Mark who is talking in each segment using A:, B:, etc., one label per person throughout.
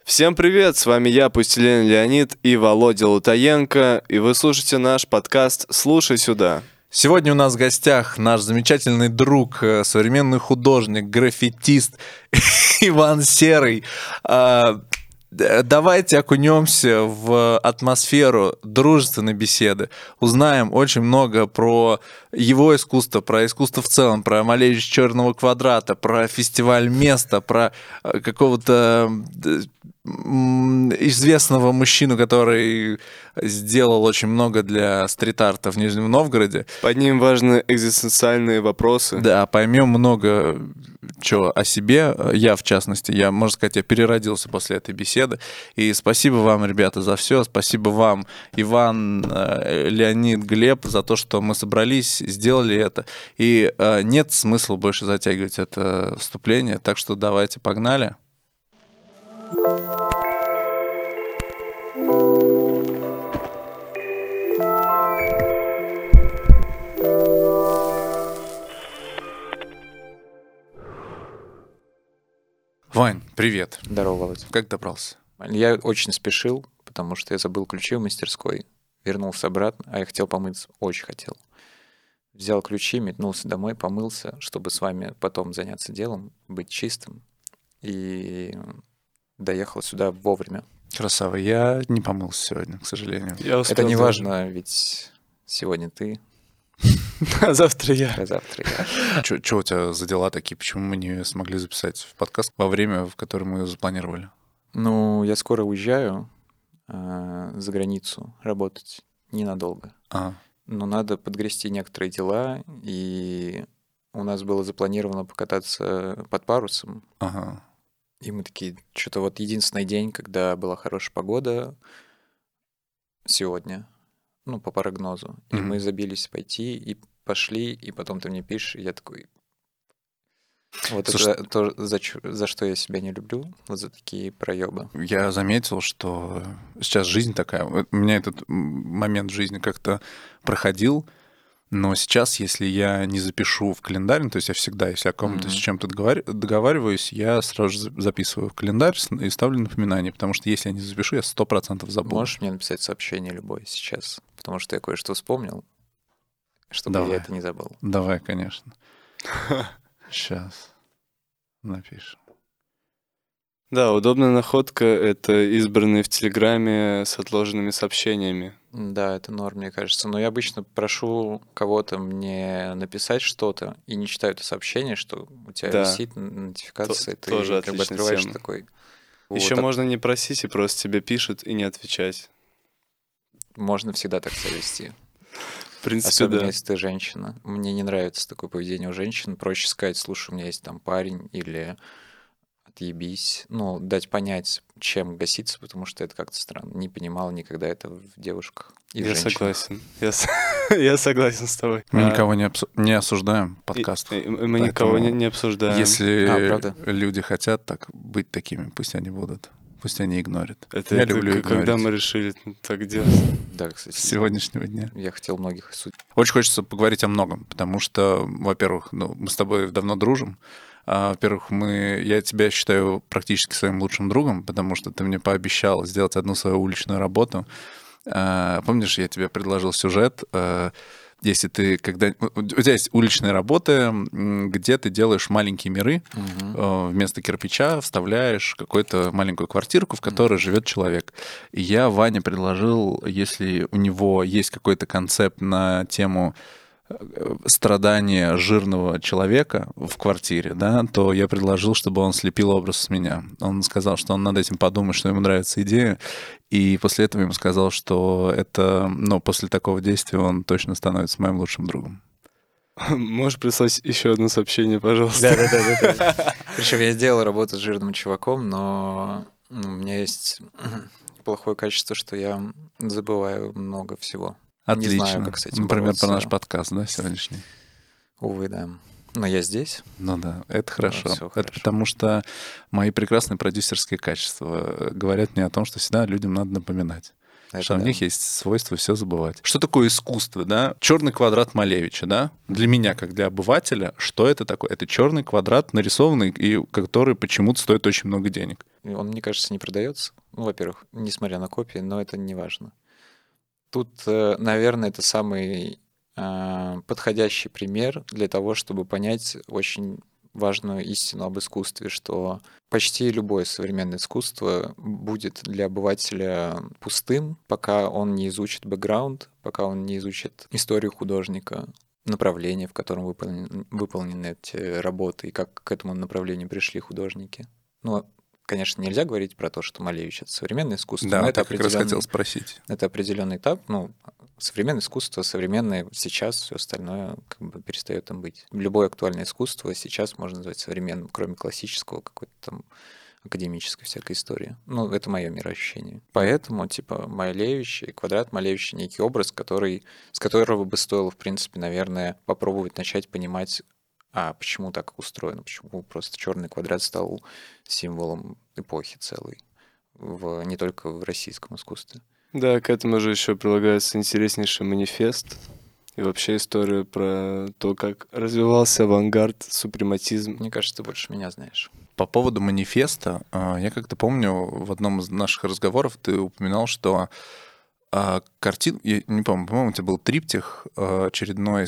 A: Всем привет, с вами я, Пустелин Леонид и Володя Лутаенко, и вы слушаете наш подкаст «Слушай сюда».
B: Сегодня у нас в гостях наш замечательный друг, современный художник, граффитист Иван Серый. Давайте окунемся в атмосферу дружественной беседы. Узнаем очень много про его искусство, про искусство в целом, про «Малевич черного квадрата», про фестиваль «Место», про какого-то известного мужчину, который сделал очень много для стрит-арта в Нижнем Новгороде.
A: Поднимем важные экзистенциальные вопросы.
B: Да, поймем много чего о себе. Я, в частности, можно сказать, я переродился после этой беседы. И спасибо вам, ребята, за все. Спасибо вам, Иван, Леонид, Глеб, за то, что мы собрались, сделали это. И нет смысла больше затягивать это вступление. Так что давайте, погнали. Вань, привет.
C: Здорово, Володь.
B: Как добрался?
C: Я очень спешил, потому что я забыл ключи в мастерской. Вернулся обратно, а я хотел помыться, очень хотел. Взял ключи, метнулся домой, помылся, чтобы с вами потом заняться делом, быть чистым. И доехал сюда вовремя.
B: Красава. Я не помылся сегодня, к сожалению.
C: Это не важно, ведь сегодня ты,
A: А завтра я.
C: а завтра я.
B: Что у тебя за дела такие? Почему мы не смогли записать в подкаст во время, в которое мы запланировали?
C: Ну, я скоро уезжаю за границу работать ненадолго. Но надо подгрести некоторые дела, и у нас было запланировано покататься под парусом.
B: Ага.
C: И мы такие, что-то вот единственный день, когда была хорошая погода, сегодня, ну, по прогнозу. И мы забились пойти, и пошли, и потом ты мне пишешь, и я такой... Вот
B: Слушай,
C: это то, за что я себя не люблю, вот за такие проебы.
B: Я заметил, что сейчас жизнь такая. У меня этот момент в жизни как-то проходил, но сейчас, если я не запишу в календарь, ну, то есть я всегда, если о ком-то с чем-то договариваюсь, я сразу же записываю в календарь и ставлю напоминание, потому что если я не запишу, я 100% забуду.
C: Можешь мне написать сообщение любое сейчас, потому что я кое-что вспомнил, чтобы
B: Давай.
C: я это не забыл.
B: Давай, конечно. Сейчас напишем.
A: Да, удобная находка — это избранные в Телеграме с отложенными сообщениями.
C: Да, это норм, мне кажется. Но я обычно прошу кого-то мне написать что-то и не читаю это сообщение, что у тебя
A: Да.
C: висит нотификация, ты
A: тоже
C: как бы
A: отличная
C: открываешь
A: тема.
C: такой.
A: Еще
C: Вот,
A: можно не просить и просто тебе пишут и не отвечать.
C: можно всегда так себя вести.
A: В принципе,
C: Особенно
A: да.
C: если ты женщина. Мне не нравится такое поведение у женщин. Проще сказать, слушай, у меня есть там парень, или отъебись. Ну, дать понять, чем гаситься, потому что это как-то странно. Не понимал никогда это в девушках и в
A: Я
C: женщинах.
A: согласен. Я согласен с тобой.
B: Мы никого не осуждаем подкаст.
A: Мы никого не обсуждаем.
B: Если
C: правда?
B: люди хотят так быть такими, пусть они будут. Пусть они игнорят.
A: Это
B: Я люблю
A: когда
B: игнорить.
A: мы решили так делать.
C: Да, кстати.
B: С сегодняшнего дня.
C: Я хотел многих осудить.
B: Очень хочется поговорить о многом, потому что, во-первых, мы с тобой давно дружим. Во-первых, я тебя считаю практически своим лучшим другом, потому что ты мне пообещал сделать одну свою уличную работу. Помнишь, я тебе предложил сюжет, если ты у тебя есть уличные работы, где ты делаешь маленькие миры, вместо кирпича вставляешь какую-то маленькую квартирку, в которой живет человек. И я Ване предложил, если у него есть какой-то концепт на тему страдания жирного человека в квартире, да, то я предложил, чтобы он слепил образ с меня. Он сказал, что он над этим подумает, что ему нравится идея, и после этого ему сказал, что это, после такого действия он точно становится моим лучшим другом.
A: Можешь прислать еще одно сообщение, пожалуйста?
C: Да. Причем я сделал работу с жирным чуваком, но у меня есть плохое качество, что я забываю много всего.
B: Отлично.
C: Не знаю, как с этим
B: Например,
C: бороться.
B: про наш подкаст, да, сегодняшний?
C: Увы, да. Но я здесь.
B: Ну да, это хорошо.
C: всё
B: Это
C: хорошо.
B: потому что мои прекрасные продюсерские качества говорят мне о том, что всегда людям надо напоминать. Что в них есть свойство все забывать. Что такое искусство, да? Черный квадрат Малевича, да? Для меня, как для обывателя, что это такое? Это черный квадрат, нарисованный, и который почему-то стоит очень много денег.
C: Он, мне кажется, не продается. Ну, во-первых, несмотря на копии, но это не важно. Тут, наверное, это самый подходящий пример для того, чтобы понять очень важную истину об искусстве, что почти любое современное искусство будет для обывателя пустым, пока он не изучит бэкграунд, пока он не изучит историю художника, направление, в котором выполнены эти работы, и как к этому направлению пришли художники. Ну, конечно, нельзя говорить про то, что Малевич — это современное искусство,
B: Да,
C: но
B: вот
C: это
B: я как раз хотел спросить.
C: Это определенный этап. Ну, современное искусство, современное сейчас, все остальное как бы перестает им быть. Любое актуальное искусство сейчас можно назвать современным, кроме классического, какой-то там академической всякой истории. Ну, это мое мироощущение. Поэтому, типа, Малевич и квадрат Малевича — некий образ, с которого бы стоило, в принципе, наверное, попробовать начать понимать, почему так устроено, почему просто черный квадрат стал символом эпохи целой, не только в российском искусстве.
A: Да, к этому же еще прилагается интереснейший манифест и вообще история про то, как развивался авангард, супрематизм.
C: Мне кажется, ты больше меня знаешь.
B: По поводу манифеста, я как-то помню, в одном из наших разговоров ты упоминал, что картин, я не помню, по-моему, у тебя был триптих очередной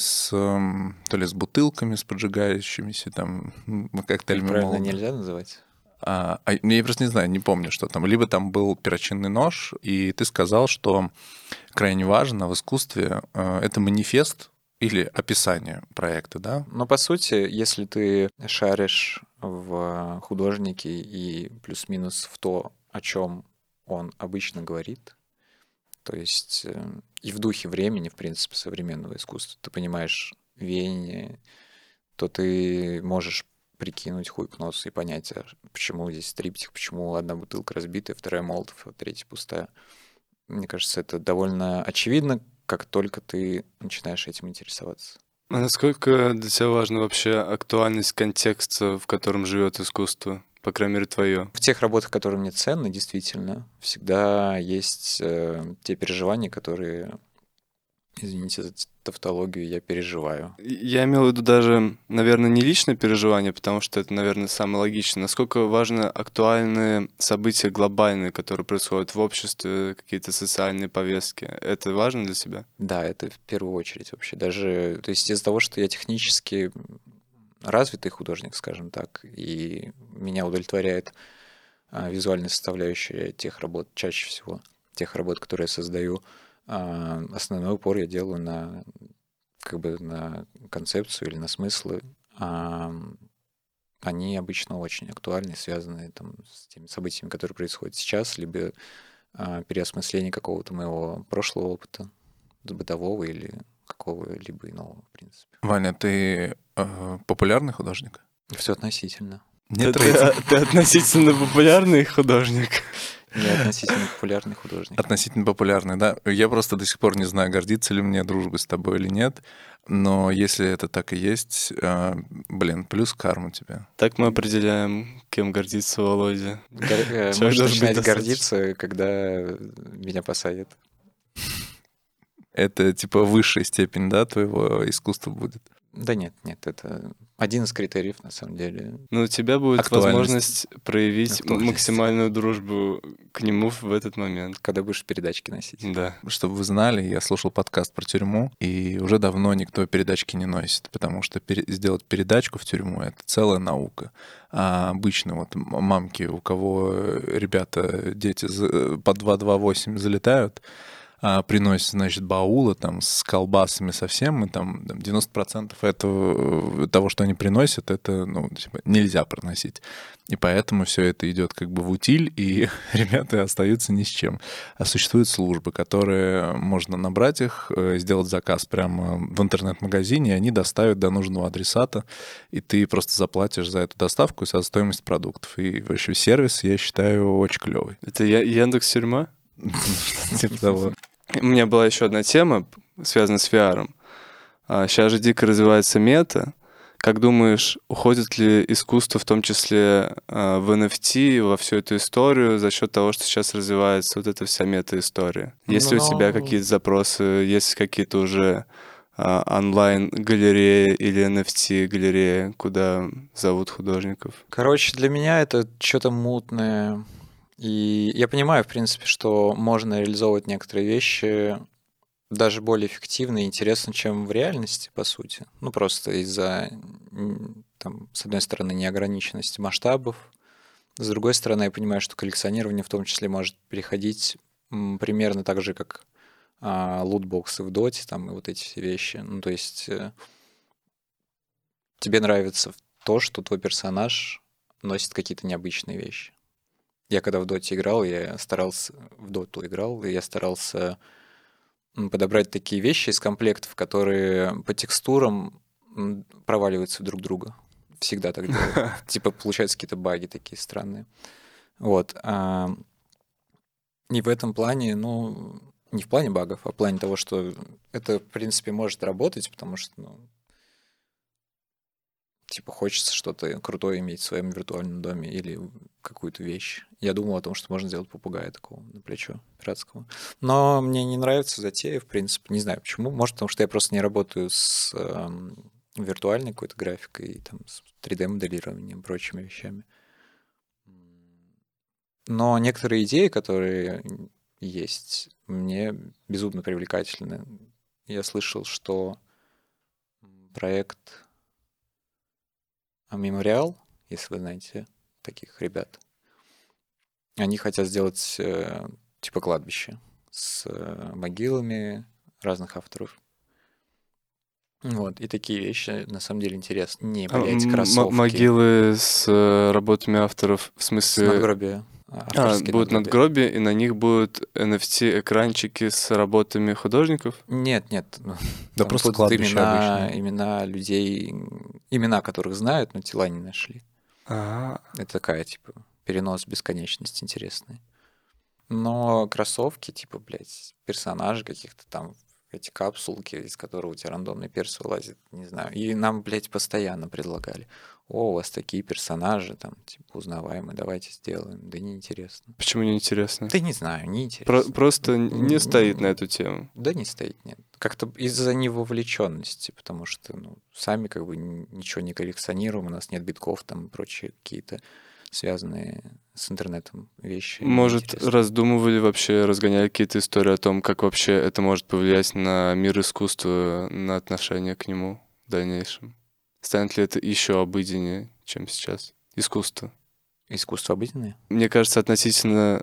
B: то ли с бутылками, с поджигающимися, там, коктейлями.
C: Правильно нельзя называть?
B: Я просто не знаю, не помню, что там. Либо там был перочинный нож, и ты сказал, что крайне важно в искусстве это манифест или описание проекта, да?
C: Но по сути, если ты шаришь в художнике и плюс-минус в то, о чем он обычно говорит, то есть и в духе времени, в принципе, современного искусства, ты понимаешь веяние, то ты можешь прикинуть хуй к носу и понять, почему здесь триптих, почему одна бутылка разбитая, вторая Молотов, а третья пустая. Мне кажется, это довольно очевидно, как только ты начинаешь этим интересоваться.
A: А насколько для тебя важна вообще актуальность контекста, в котором живет искусство? По крайней мере, твое.
C: В тех работах, которые мне ценны, действительно, всегда есть те переживания, которые, извините за тавтологию, я переживаю.
A: Я имел в виду даже, наверное, не личное переживание, потому что это, наверное, самое логичное. Насколько важны актуальные события глобальные, которые происходят в обществе, какие-то социальные повестки. Это важно для тебя?
C: Да, это в первую очередь вообще. Даже, то есть из-за того, что я технически развитый художник, скажем так, и меня удовлетворяет визуальная составляющая тех работ, чаще всего тех работ, которые я создаю, основной упор я делаю на концепцию или на смыслы. Они обычно очень актуальны, связаны там с теми событиями, которые происходят сейчас, либо переосмысление какого-то моего прошлого опыта, бытового или какого-либо иного, в принципе.
B: Ваня, ты популярный художник?
C: Все относительно.
A: Ты относительно популярный художник?
C: Я относительно популярный художник.
B: Относительно популярный, да. Я просто до сих пор не знаю, гордится ли мне дружбой с тобой или нет. Но если это так и есть, плюс карма тебе.
A: Так мы определяем, кем гордится Володя.
C: Можно начинать гордиться, когда меня посадят.
B: Это типа высшая степень, да, твоего искусства будет?
C: Да нет, это один из критериев, на самом деле.
A: Ну, у тебя будет возможность проявить максимальную дружбу к нему в этот момент.
C: Когда будешь передачки носить.
A: Да.
B: Чтобы вы знали, я слушал подкаст про тюрьму, и уже давно никто передачки не носит, потому что сделать передачку в тюрьму — это целая наука. А обычно вот мамки, у кого ребята, дети по 2-2-8 залетают, приносят, значит, баулы там с колбасами совсем, и там 90% того, что они приносят, это, нельзя проносить. И поэтому все это идет как бы в утиль, и ребята остаются ни с чем. А существуют службы, которые можно набрать их, сделать заказ прямо в интернет-магазине, и они доставят до нужного адресата, и ты просто заплатишь за эту доставку и за стоимость продуктов. И вообще сервис, я считаю, очень клевый.
A: Это Яндекс.Тюрьма?
B: Типа того.
A: У меня была еще одна тема, связанная с VR. Сейчас же дико развивается мета, Как думаешь, уходит ли искусство в том числе в NFT, во всю эту историю за счет того, что сейчас развивается вот эта вся мета-история? Есть ли у тебя какие-то запросы, есть какие-то уже онлайн-галереи или NFT-галереи, куда зовут художников?
C: Короче, для меня это что-то мутное. И я понимаю, в принципе, что можно реализовывать некоторые вещи даже более эффективно и интересно, чем в реальности, по сути. Ну, просто из-за, там, с одной стороны, неограниченности масштабов, с другой стороны, я понимаю, что коллекционирование в том числе может переходить примерно так же, как лутбоксы в доте, там, и вот эти все вещи. Ну, то есть тебе нравится то, что твой персонаж носит какие-то необычные вещи. Я когда в доте играл, в доту играл, и я старался подобрать такие вещи из комплектов, которые по текстурам проваливаются друг в друга. Всегда так делаю. Типа получаются какие-то баги такие странные. Вот. И в этом плане, ну, не в плане багов, а в плане того, что это, в принципе, может работать, потому что, ну, типа, хочется что-то крутое иметь в своем виртуальном доме или какую-то вещь. Я думал о том, что можно сделать попугая такого на плечо пиратского. Но мне не нравится затея, в принципе. Не знаю почему. Может, потому что я просто не работаю с виртуальной какой-то графикой, и, там, с 3D-моделированием и прочими вещами. Но некоторые идеи, которые есть, мне безумно привлекательны. Я слышал, что проект Мемориал, если вы знаете таких ребят, они хотят сделать типа кладбище с могилами разных авторов. Вот, и такие вещи на самом деле интересны. Не, блядь, кроссовки.
A: Могилы с работами авторов, в
C: С
A: смысле...
C: надгробия. Авторские
A: будут надгробия, и на них будут NFT-экранчики с работами художников?
C: Нет.
B: Да
C: Там
B: просто
C: будут
B: кладбище
C: имена людей, имена которых знают, но тела не нашли.
A: Ага.
C: Это такая, типа, перенос в бесконечность интересный. Но кроссовки, типа, блядь, персонажи каких-то там, эти капсулки, из которых у тебя рандомный перс вылазит, не знаю. И нам, блядь, постоянно предлагали. О, у вас такие персонажи, там, типа, узнаваемые, давайте сделаем. Да неинтересно.
A: Почему неинтересно?
C: Да не знаю, неинтересно.
A: Просто не стоит на эту тему.
C: Да не стоит, нет. Как-то из-за невовлеченности, потому что, ну, сами как бы ничего не коллекционируем, у нас нет битков там и прочие какие-то связанные с интернетом вещи.
A: Может,
C: неинтересные.
A: раздумывали вообще, разгоняли какие-то истории о том, как вообще это может повлиять на мир искусства, на отношение к нему в дальнейшем? Станет ли это еще обыденнее, чем сейчас? Искусство.
C: Искусство обыденное?
A: Мне кажется, относительно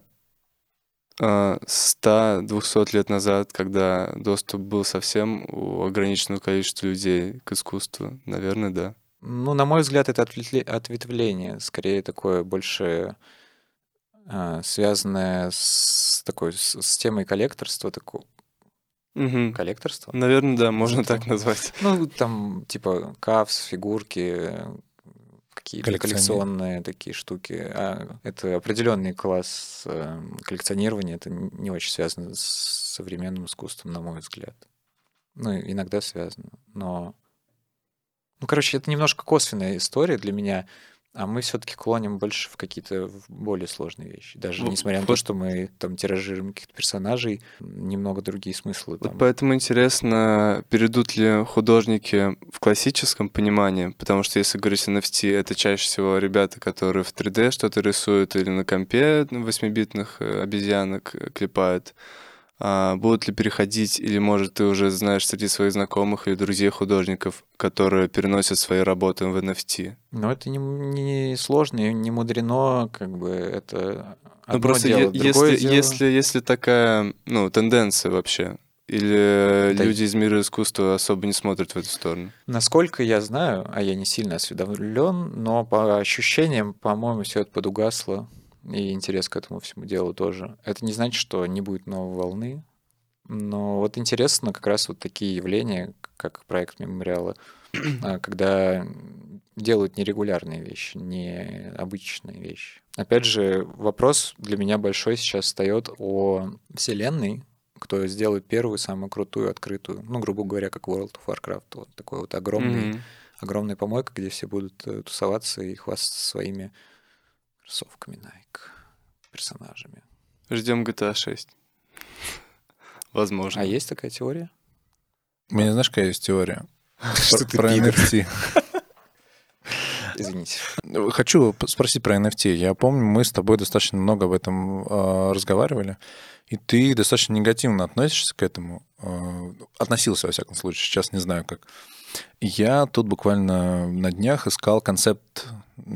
A: 100-200 лет назад, когда доступ был совсем у ограниченного количества людей к искусству, наверное, да.
C: Ну, на мой взгляд, это ответвление, скорее такое больше связанное с такой с темой коллекторства, такого
A: Мгм.
C: коллекторства.
A: Наверное, да, можно
C: Зато.
A: так назвать.
C: Ну, там, типа, кафс, фигурки, какие-то коллекционные такие штуки. Это определенный класс коллекционирования, это не очень связано с современным искусством, на мой взгляд. Ну, иногда связано, но... Ну, короче, это немножко косвенная история для меня, а мы все-таки клоним больше в какие-то более сложные вещи. Даже несмотря на то, что мы там тиражируем каких-то персонажей, немного другие смыслы
A: Вот
C: там.
A: поэтому интересно, перейдут ли художники в классическом понимании, потому что если говорить о NFT, это чаще всего ребята, которые в 3D что-то рисуют или на компе 8-битных обезьянок клепают. Будут ли переходить, или, может, ты уже знаешь среди своих знакомых или друзей художников, которые переносят свои работы в NFT?
C: Но это не сложно и не мудрено, как бы это
A: Ну,
C: одно
A: просто
C: дело, другое дело.
A: если такая, ну, тенденция вообще, или
C: Да.
A: люди из мира искусства особо не смотрят в эту сторону?
C: Насколько я знаю, а я не сильно осведомлен, но по ощущениям, по-моему, все это подугасло, и интерес к этому всему делу тоже. Это не значит, что не будет новой волны, но вот интересно как раз вот такие явления, как проект Мемориала, когда делают нерегулярные вещи, не обычные вещи. Опять же, вопрос для меня большой сейчас встает о вселенной, кто сделает первую, самую крутую, открытую, ну, грубо говоря, как World of Warcraft, вот такой вот огромный огромная помойка, где все будут тусоваться и хвастаться своими кроссовками Nike, персонажами.
A: Ждем GTA 6. Возможно.
C: А есть такая теория?
B: У меня, знаешь, какая есть теория?
C: Что ты
B: Про
C: пидор.
B: NFT.
C: Извините.
B: Хочу спросить про NFT. Я помню, мы с тобой достаточно много об этом разговаривали, и ты достаточно негативно относишься к этому. Относился, во всяком случае, сейчас не знаю как. Я тут буквально на днях искал концепт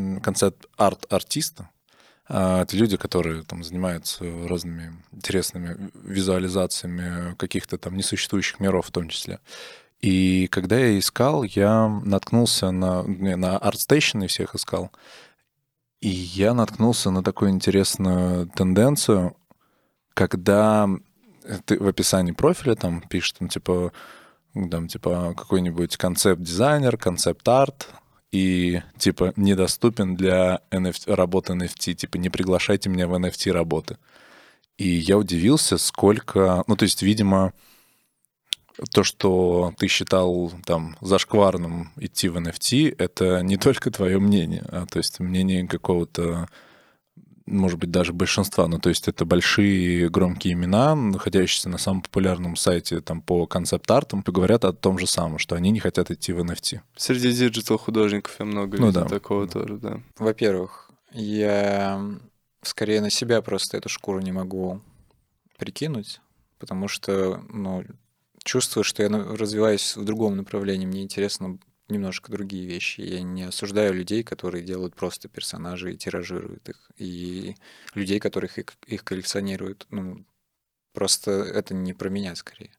B: арт-артиста. Это люди, которые там занимаются разными интересными визуализациями каких-то там несуществующих миров в том числе. И когда я искал, я наткнулся на ArtStation и всех искал. И я наткнулся на такую интересную тенденцию, когда ты в описании профиля там пишешь, там типа какой-нибудь концепт-дизайнер, концепт-арт, и типа недоступен для NFT, работы NFT, типа не приглашайте меня в NFT работы. И я удивился, сколько... Ну, то есть, видимо, то, что ты считал там зашкварным идти в NFT, это не только твое мнение, а то есть мнение какого-то, может быть, даже большинства. Ну, то есть это большие громкие имена, находящиеся на самом популярном сайте там, по концепт-артам, говорят о том же самом, что они не хотят идти в NFT.
A: Среди диджитал-художников я много видел такого тоже, да.
C: Во-первых, я скорее на себя просто эту шкуру не могу прикинуть, потому что, чувствую, что я развиваюсь в другом направлении, мне интересно немножко другие вещи. Я не осуждаю людей, которые делают просто персонажи и тиражируют их, и людей, которых их коллекционируют. Просто это не про меня скорее.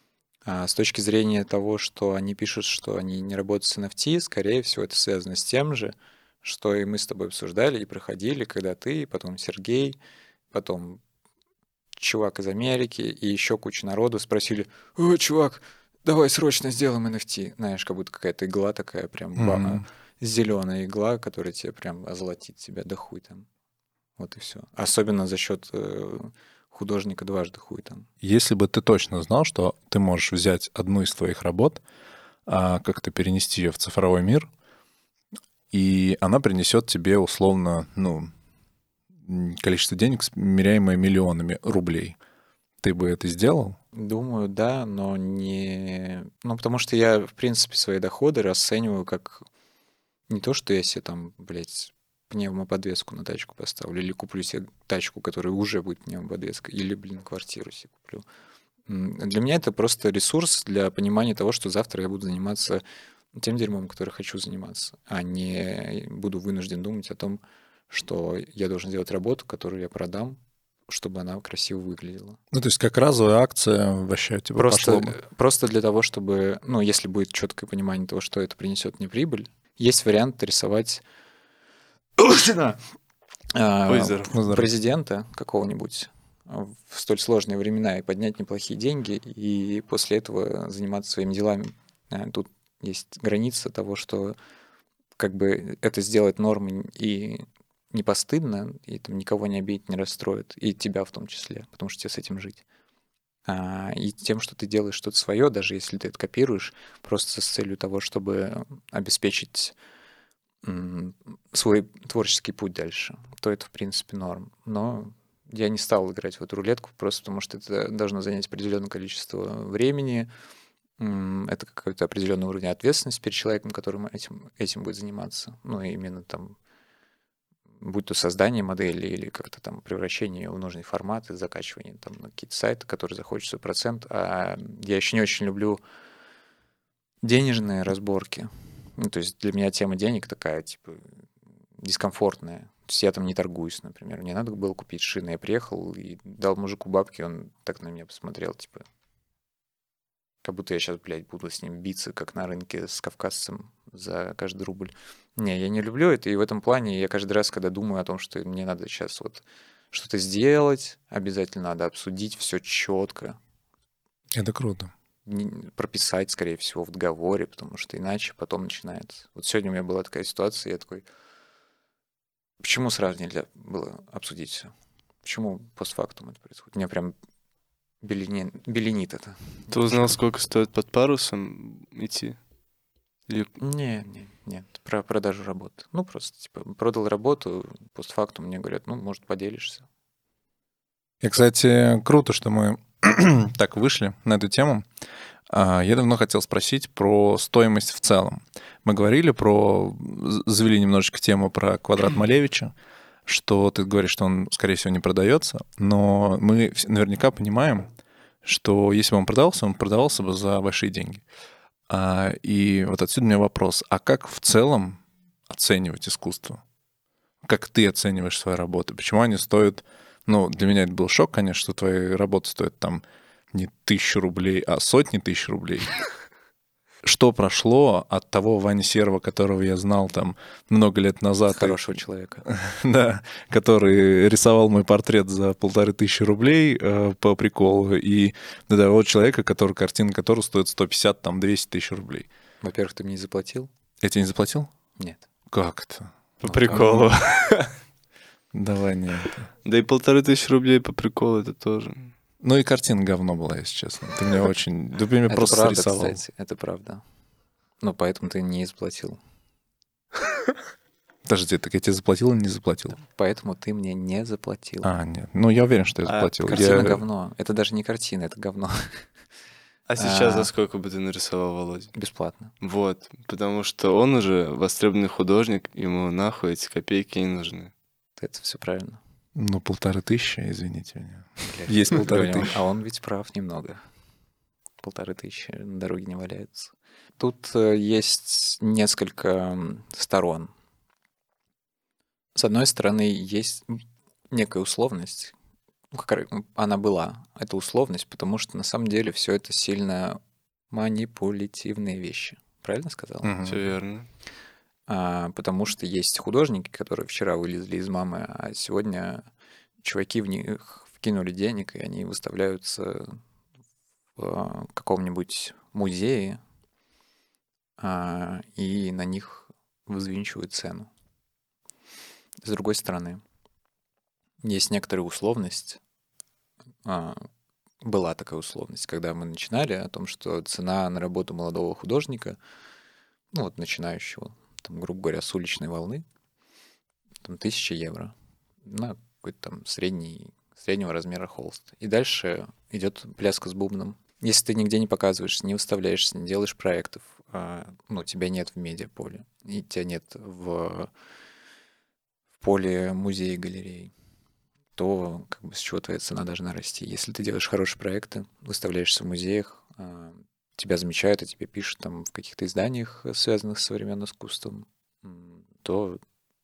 C: А с точки зрения того, что они пишут, что они не работают с NFT, скорее всего, это связано с тем же, что и мы с тобой обсуждали и проходили, когда ты, потом Сергей, потом чувак из Америки и еще куча народу спросили: «О, чувак, давай срочно сделаем NFT». Знаешь, как будто какая-то игла такая прям зеленая игла, которая тебе прям озолотит тебя до хуй там. Вот и все. Особенно за счет художника дважды хуй там.
B: Если бы ты точно знал, что ты можешь взять одну из твоих работ, как-то перенести ее в цифровой мир, и она принесет тебе условно, количество денег, смеряемое миллионами рублей, ты бы это сделал?
C: Думаю, да, но не... потому что я, в принципе, свои доходы расцениваю как не то, что я себе там, блядь, пневмоподвеску на тачку поставлю, или куплю себе тачку, которая уже будет пневмоподвеской, или, квартиру себе куплю. Для меня это просто ресурс для понимания того, что завтра я буду заниматься тем дерьмом, которым хочу заниматься, а не буду вынужден думать о том, что я должен делать работу, которую я продам, чтобы она красиво выглядела.
B: То есть как разовая акция вообще пошло бы?
C: Просто для того, чтобы, если будет четкое понимание того, что это принесет мне прибыль, есть вариант рисовать президента какого-нибудь в столь сложные времена и поднять неплохие деньги, и после этого заниматься своими делами. Тут есть граница того, что как бы это сделать нормой и не постыдно, и там никого не обидеть, не расстроит, и тебя в том числе, потому что тебе с этим жить. И тем, что ты делаешь что-то свое, даже если ты это копируешь, просто с целью того, чтобы обеспечить свой творческий путь дальше, то это, в принципе, норм. Но я не стал играть в эту рулетку, просто потому что это должно занять определенное количество времени, это какой-то определенный уровень ответственности перед человеком, которым этим будет заниматься. Именно там, будь то создание модели или как-то там превращение ее в нужный формат и закачивание там на какие-то сайты, которые захочет свой процент. А я еще не очень люблю денежные разборки. То есть для меня тема денег такая, типа, дискомфортная. То есть я там не торгуюсь, например. Мне надо было купить шины. Я приехал и дал мужику бабки, он так на меня посмотрел, типа, как будто я сейчас, блядь, буду с ним биться, как на рынке с кавказцем за каждый рубль. Не, я не люблю это, и в этом плане я каждый раз, когда думаю о том, что мне надо сейчас вот что-то сделать, обязательно надо обсудить все четко.
B: Это круто.
C: Прописать, скорее всего, в договоре, потому что иначе потом начинается. Вот сегодня у меня была такая ситуация, я такой: почему сразу нельзя было обсудить все? Почему постфактум это происходит? Меня прям беленит это.
A: Ты узнал, сколько стоит под парусом идти? Или
C: Нет, про продажу работы. Ну, просто, типа, продал работу, постфактум мне говорят, ну, может, поделишься.
B: И, кстати, круто, что мы так вышли на эту тему. Я давно хотел спросить про стоимость в целом. Мы говорили завели немножечко тему про квадрат Малевича, что ты говоришь, что он, скорее всего, не продается, но мы наверняка понимаем, что если бы он продавался бы за большие деньги. И вот отсюда у меня вопрос. А как в целом оценивать искусство? Как ты оцениваешь свои работы? Почему они стоят... Ну, для меня это был шок, конечно, что твои работы стоят там не 1000 рублей, а сотни тысяч рублей. Что прошло от того Вани Серова, которого я знал там много лет назад?
C: Хорошего человека.
B: Да, который рисовал мой портрет за 1500 рублей по приколу, и до того человека, картина которого стоит 150-200 тысяч рублей.
C: Во-первых, ты мне не заплатил?
B: Я тебе не заплатил?
C: Нет.
B: Как это?
A: по приколу.
B: Давай не это.
A: Да и 1500 рублей по приколу это тоже.
B: Ну и картина говно была, если честно. Ты мне очень... Ты меня
C: Это
B: просто
C: правда,
B: срисовал.
C: кстати, это правда. Ну, поэтому ты не заплатил.
B: Подожди, так я тебе заплатил или не заплатил?
C: Поэтому ты мне не заплатил.
B: Нет. Ну, я уверен, что я заплатил.
C: Картина говно. Это даже не картина, это говно.
A: А сейчас за сколько бы ты нарисовал, Володя?
C: Бесплатно.
A: Вот, потому что он уже востребованный художник, ему нахуй эти копейки не нужны.
C: Это все правильно.
B: Ну, 1500, извините меня.
C: Блядь.
B: Есть 1500.
C: А он ведь прав немного. 1500 на дороге не валяются. Тут есть несколько сторон. С одной стороны, есть некая условность. Она была, эта условность, потому что на самом деле все это сильно манипулятивные вещи. Правильно сказал?
A: Все верно.
C: Потому что есть художники, которые вчера вылезли из мамы, а сегодня чуваки в них вкинули денег, и они выставляются в каком-нибудь музее, и на них взвинчивают цену. С другой стороны, есть некоторая условность. Была такая условность, когда мы начинали, о том, что цена на работу молодого художника, ну вот начинающего, там, грубо говоря, с уличной волны, там 1000 евро на какой-то там среднего размера холст. И дальше идет пляска с бубном. Если ты нигде не показываешься, не выставляешься, не делаешь проектов, ну, тебя нет в медиаполе, и тебя нет в поле музея и галереи, то как бы с чего твоя цена должна расти? Если ты делаешь хорошие проекты, выставляешься в музеях, тебя замечают, и тебе пишут там в каких-то изданиях, связанных с современным искусством, то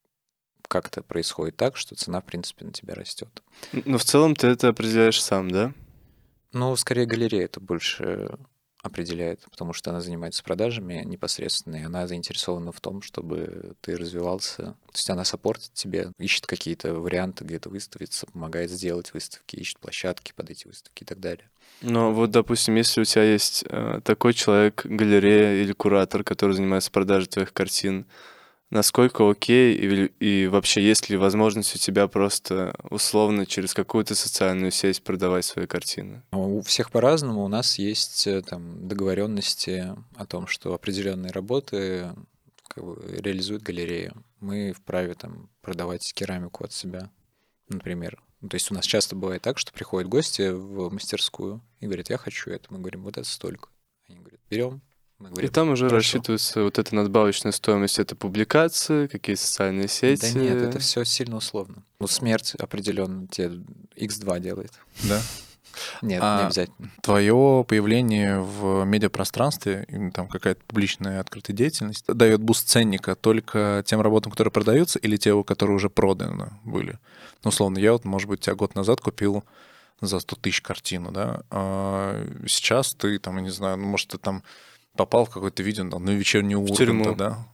C: как-то происходит так, что цена, в принципе, на тебя растет.
A: Но в целом ты это определяешь сам, да?
C: Ну, скорее галерея это больше определяет, потому что она занимается продажами непосредственно, и она заинтересована в том, чтобы ты развивался. То есть она саппортит тебе, ищет какие-то варианты где-то выставиться, помогает сделать выставки, ищет площадки под эти выставки и так далее.
A: Но вот, допустим, если у тебя есть такой человек, галерея или куратор, который занимается продажей твоих картин, насколько окей и вообще есть ли возможность у тебя просто условно через какую-то социальную сеть продавать свои картины?
C: У всех по-разному. У нас есть там договоренности о том, что определенные работы как бы реализует галерея. Мы вправе там продавать керамику от себя, например. То есть у нас часто бывает так, что приходят гости в мастерскую и говорят, я хочу это. Мы говорим, вот это столько. Они говорят, берем. Мы говорим,
A: и там уже
C: хорошо.
A: рассчитывается вот эта надбавочная стоимость, это публикации, какие социальные сети.
C: Да нет, это все сильно условно. Ну, смерть определенно тебе X2 делает.
B: Да?
C: Нет, не обязательно.
B: Твое появление в медиапространстве, там какая-то публичная открытая деятельность, дает буст ценника только тем работам, которые продаются, или те, которые уже проданы были? Ну, условно, я вот, может быть, тебя год назад купил за 100 тысяч картину, да? А сейчас ты, там, я не знаю, ну, может, ты там попал в какое-то видео, там, на вечернюю Урганта,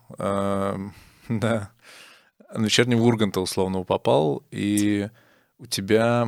B: да? Да. На вечернюю Урганта, условно, попал, и у тебя...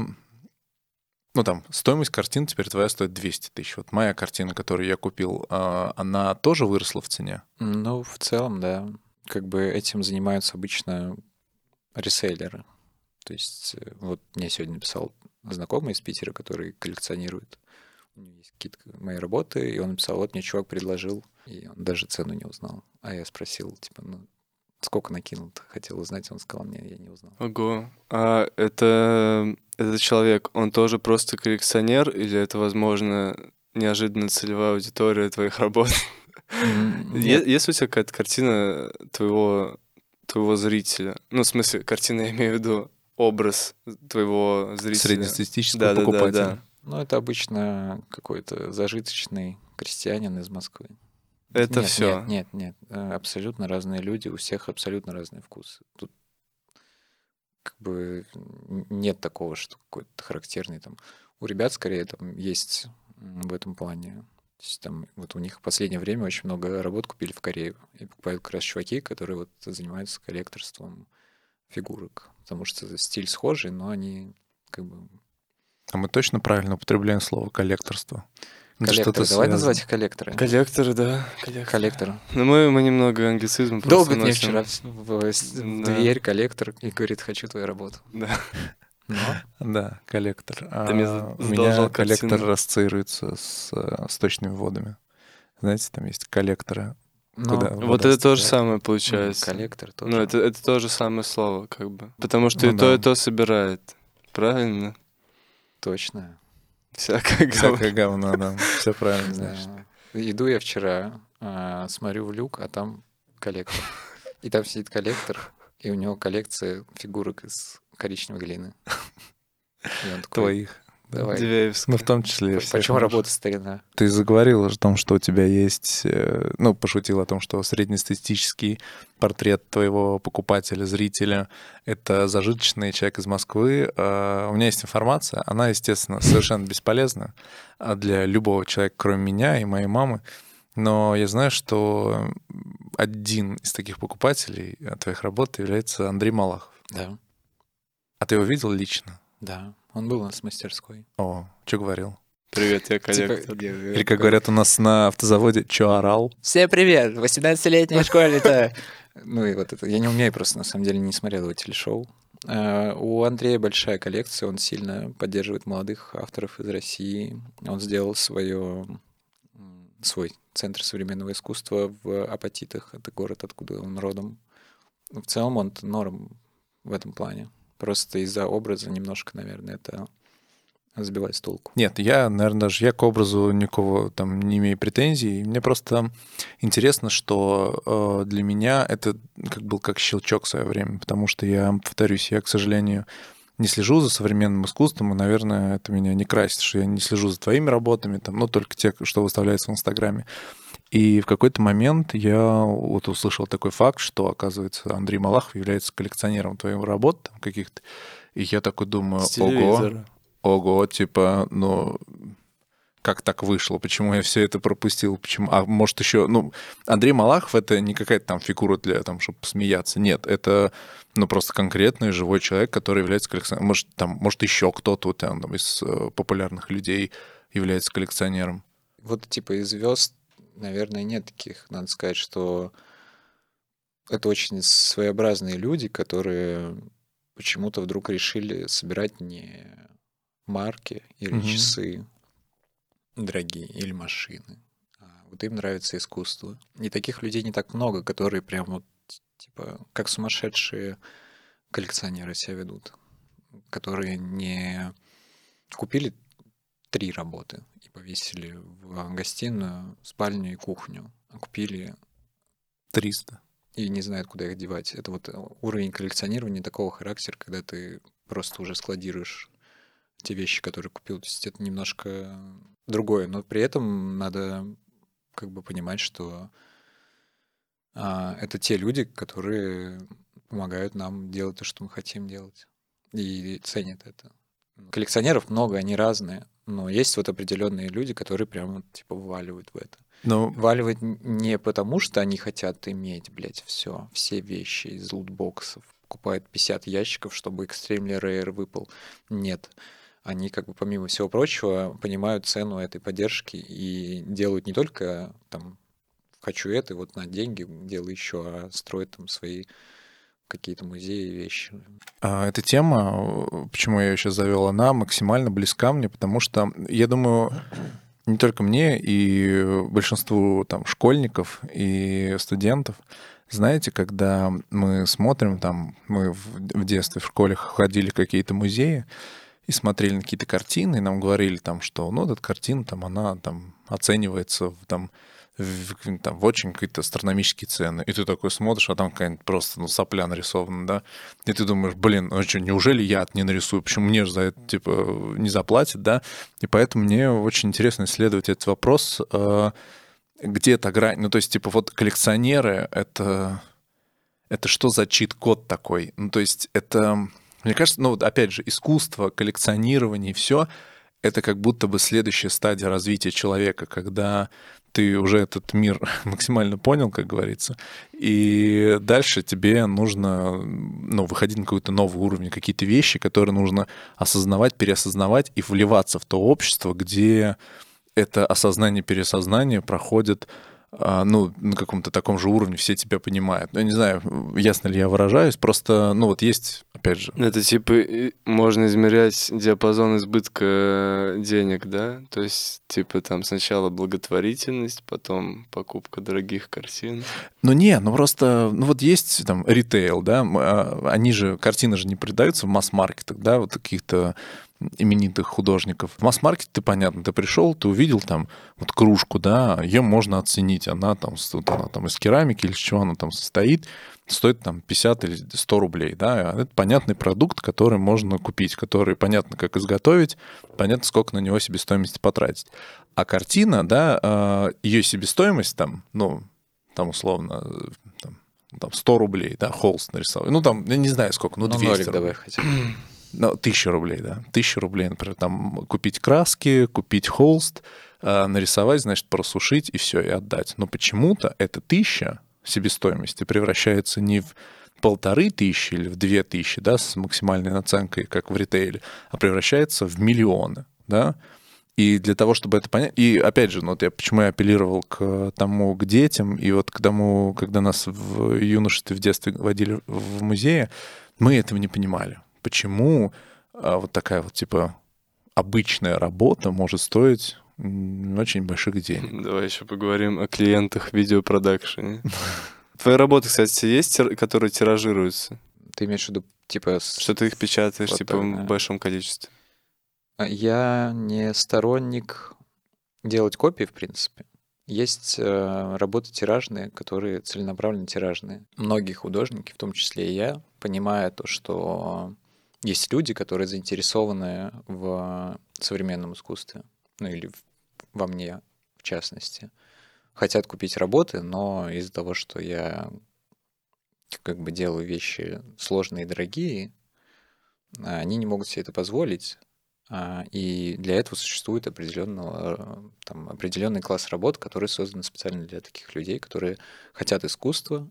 B: Ну, там, стоимость картин теперь твоя стоит 200 тысяч. Вот моя картина, которую я купил, она тоже выросла в цене?
C: Ну, в целом, да. Как бы этим занимаются обычно реселлеры. То есть вот мне сегодня написал знакомый из Питера, который коллекционирует. у него есть какие-то мои работы, и он написал, вот мне чувак предложил, и он даже цену не узнал. А я спросил, типа, ну, сколько накинул-то, хотел узнать, он сказал мне, я не узнал.
A: Ого. А этот человек, он тоже просто коллекционер, или это, возможно, неожиданно целевая аудитория твоих работ?
C: Нет,
A: Есть у тебя какая-то картина твоего зрителя? Ну, в смысле, картина, я имею в виду образ твоего зрителя.
B: Среднестатистического
A: Да.
B: покупателя.
C: ну это обычно какой-то зажиточный крестьянин из Москвы.
A: Это
C: Нет,
A: все.
C: Нет, абсолютно разные люди, у всех абсолютно разные вкусы. Тут как бы нет такого, что какой-то характерный там. У ребят скорее там есть в этом плане. То есть там вот у них в последнее время очень много работ купили в Корею. И покупают как раз чуваки, которые вот занимаются коллекторством фигурок. Потому что стиль схожий, но они как бы...
B: А мы точно правильно употребляем слово коллекторство? Это
C: Коллекторы.
B: что-то
C: Давай
B: связано.
C: называть их коллекторы.
A: Коллекторы, да.
C: Коллектор.
A: Ну, мы немного англицизм просто
C: Долго мне
A: носим.
C: вчера в
A: Да.
C: дверь коллектор и говорит, хочу твою работу.
A: Да.
C: Но
B: Да, коллектор.
A: Ты мне
B: У
A: задолжал
B: меня коллектор
A: картину.
B: ассоциируется с сточными водами. Знаете, там есть коллекторы. Куда
C: но
B: вода
A: Вот это то же
B: стекает.
A: самое получается.
C: коллектор тоже.
A: Ну, это то же самое слово, как бы. Потому что
B: Ну
A: и то,
B: да.
A: и то собирает. Правильно?
C: Точно.
A: Всякое говно.
B: Всякое говно, да. Все правильно, значит.
C: Да. Иду я вчера, смотрю в люк, а там коллектор. И там сидит коллектор, и у него коллекция фигурок из коричневой глины. И он такой,
B: Твоих. да.
C: давай.
A: Дивеевская.
B: Ну, в том числе. всех
C: Почему
B: наших.
C: работа старина?
B: Ты заговорил о том, что у тебя есть... Ну, пошутил о том, что среднестатистический портрет твоего покупателя, зрителя — это зажиточный человек из Москвы. У меня есть информация, она, естественно, совершенно бесполезна для любого человека, кроме меня и моей мамы. Но я знаю, что один из таких покупателей твоих работ является Андрей Малахов.
C: Да,
B: А ты его видел лично?
C: да. Он был у нас в мастерской.
B: О, что говорил?
A: Привет, я
C: Типа,
A: коллектор.
B: Или, как говорят у нас на автозаводе, чё орал?
C: Всем привет, 18-летняя школьница. Ну и вот это. Я не умею просто, на самом деле, не смотрел его телешоу. У Андрея большая коллекция, он сильно поддерживает молодых авторов из России. Он сделал свой центр современного искусства в Апатитах. Это город, откуда он родом. В целом он норм в этом плане. Просто из-за образа немножко, наверное, это сбивает с толку.
B: Нет, наверное, даже я к образу никакого там не имею претензий. Мне просто интересно, что для меня это был как щелчок в свое время, потому что я, повторюсь, я, к сожалению, не слежу за современным искусством, и, наверное, это меня не красит, что я не слежу за твоими работами, там, ну, только те, что выставляются в Инстаграме. И в какой-то момент я вот услышал такой факт, что, оказывается, Андрей Малахов является коллекционером твоих работ там, каких-то. И я такой думаю,
A: С телевизора.
B: ого, типа, ну, как так вышло, почему я все это пропустил, почему, а может еще, ну, Андрей Малахов — это не какая-то там фигура для, там, чтобы посмеяться, нет, это, ну, просто конкретный живой человек, который является коллекционером, может еще кто-то вот, там, из популярных людей является коллекционером.
C: Вот типа из звезд, наверное, нет таких. Надо сказать, что это очень своеобразные люди, которые почему-то вдруг решили собирать не марки или
B: Мгм.
C: часы дорогие или машины. А вот им нравится искусство. И таких людей не так много, которые прям вот типа как сумасшедшие коллекционеры себя ведут, которые не купили 3 работы и повесили в гостиную, спальню и кухню, а купили
B: 300.
C: и не знают, куда их девать. Это вот уровень коллекционирования такого характера, когда ты просто уже складируешь те вещи, которые купил. То есть это немножко другое. Но при этом надо как бы понимать, что это те люди, которые помогают нам делать то, что мы хотим делать. И ценят это. Коллекционеров много, они разные. Но есть вот определенные люди, которые прямо типа вваливают в это.
B: Ну,
C: Вваливают не потому, что они хотят иметь, блядь, все вещи из лутбоксов. Покупают 50 ящиков, чтобы Extremely Rare выпал. Нет. Они, как бы, помимо всего прочего, понимают цену этой поддержки и делают не только там «хочу это, и вот на деньги делаю еще», а строят там свои какие-то музеи, вещи.
B: эта тема, почему я ее сейчас завел, она максимально близка мне, потому что, я думаю, не только мне, и большинству там школьников и студентов. Знаете, когда мы смотрим, там, мы в детстве в школе ходили в какие-то музеи и смотрели на какие-то картины, и нам говорили там, что, ну, эта картина, там, она там оценивается в очень какие-то астрономические цены. И ты такой смотришь, а там какая-нибудь просто, ну, сопля нарисована, да? И ты думаешь, блин, ну что, неужели я это не нарисую? Почему мне же за это, типа, не заплатят, да? И поэтому мне очень интересно исследовать этот вопрос, где эта грань. Ну, то есть, типа, вот коллекционеры — это что за чит-код такой? Ну, то есть, это, мне кажется, ну, вот опять же, искусство, коллекционирование и все — это как будто бы следующая стадия развития человека, когда ты уже этот мир максимально понял, как говорится, и дальше тебе нужно, ну, выходить на какой-то новый уровень, какие-то вещи, которые нужно осознавать, переосознавать и вливаться в то общество, где это осознание, переосознание проходит, ну, на каком-то таком же уровне, все тебя понимают. Ну, я не знаю, ясно ли я выражаюсь, просто, ну, вот есть, опять же...
A: Это типа можно измерять диапазон избытка денег, да? То есть, типа, там сначала благотворительность, потом покупка дорогих картин.
B: Ну, не, ну, просто, ну, вот есть там ритейл, да, они же, картины же не продаются в масс-маркетах, да, вот каких-то именитых художников. В масс-маркете ты, понятно, ты пришел, ты увидел там вот кружку, да, ее можно оценить, она там из керамики или из чего она там состоит, стоит там 50 или 100 рублей, да, это понятный продукт, который можно купить, который понятно, как изготовить, понятно, сколько на него себестоимости потратить. А картина, да, ее себестоимость там, ну, там условно, там 100 рублей, да, холст нарисовать. Ну, там, я не знаю сколько, ну, 200
C: нолик
B: рублей.
C: давай хотя бы.
B: Ну, 1000 рублей, да. 1000 рублей, например, там купить краски, купить холст, нарисовать, значит, просушить и все, и отдать. Но почему-то эта 1000 себестоимости превращается не в 1500 или в 2000, да, с максимальной наценкой, как в ритейле, а превращается в миллионы, да. И для того, чтобы это понять... И опять же, ну, вот почему я апеллировал к тому, к детям, и вот к тому, когда нас в юношестве, в детстве водили в музее, мы этого не понимали. Почему вот такая вот, типа, обычная работа может стоить очень больших денег?
A: Давай еще поговорим о клиентах в видеопродакшене. Твои работы, кстати, есть, которые тиражируются?
C: Ты имеешь в виду, типа...
A: Что ты их печатаешь,
C: вот
A: типа,
C: так,
A: в
C: да.
A: большом количестве?
C: Я не сторонник делать копии, в принципе. Есть работы тиражные, которые целенаправленно тиражные. Многие художники, в том числе и я, понимая то, что есть люди, которые заинтересованы в современном искусстве, ну или во мне, в частности, хотят купить работы, но из-за того, что я как бы делаю вещи сложные и дорогие, они не могут себе это позволить. И для этого существует определенный класс работ, которые созданы специально для таких людей, которые хотят искусства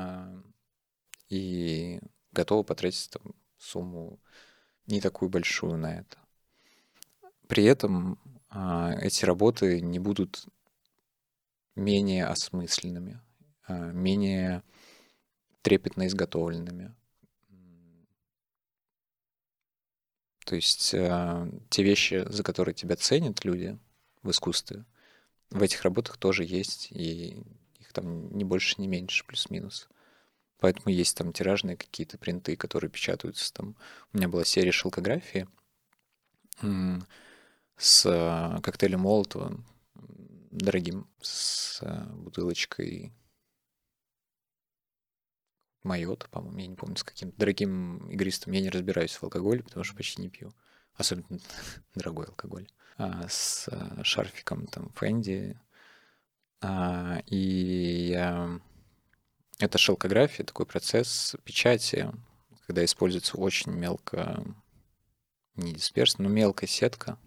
C: и готовы потратить там сумму не такую большую на это. При этом эти работы не будут менее осмысленными, менее трепетно изготовленными. То есть те вещи, за которые тебя ценят люди в искусстве, в этих работах тоже есть, и их там не больше, не меньше, плюс-минус. Поэтому есть там тиражные какие-то принты, которые печатаются. Там. У меня была серия шелкографии с коктейлем Молотова, дорогим, с бутылочкой Майот, по-моему, я не помню, с каким-то дорогим игристым. Я не разбираюсь в алкоголе, потому что почти не пью. Особенно дорогой алкоголь. С шарфиком там Фэнди. Это шелкография, такой процесс печати, когда используется очень мелко, не дисперс, но мелкая сетка.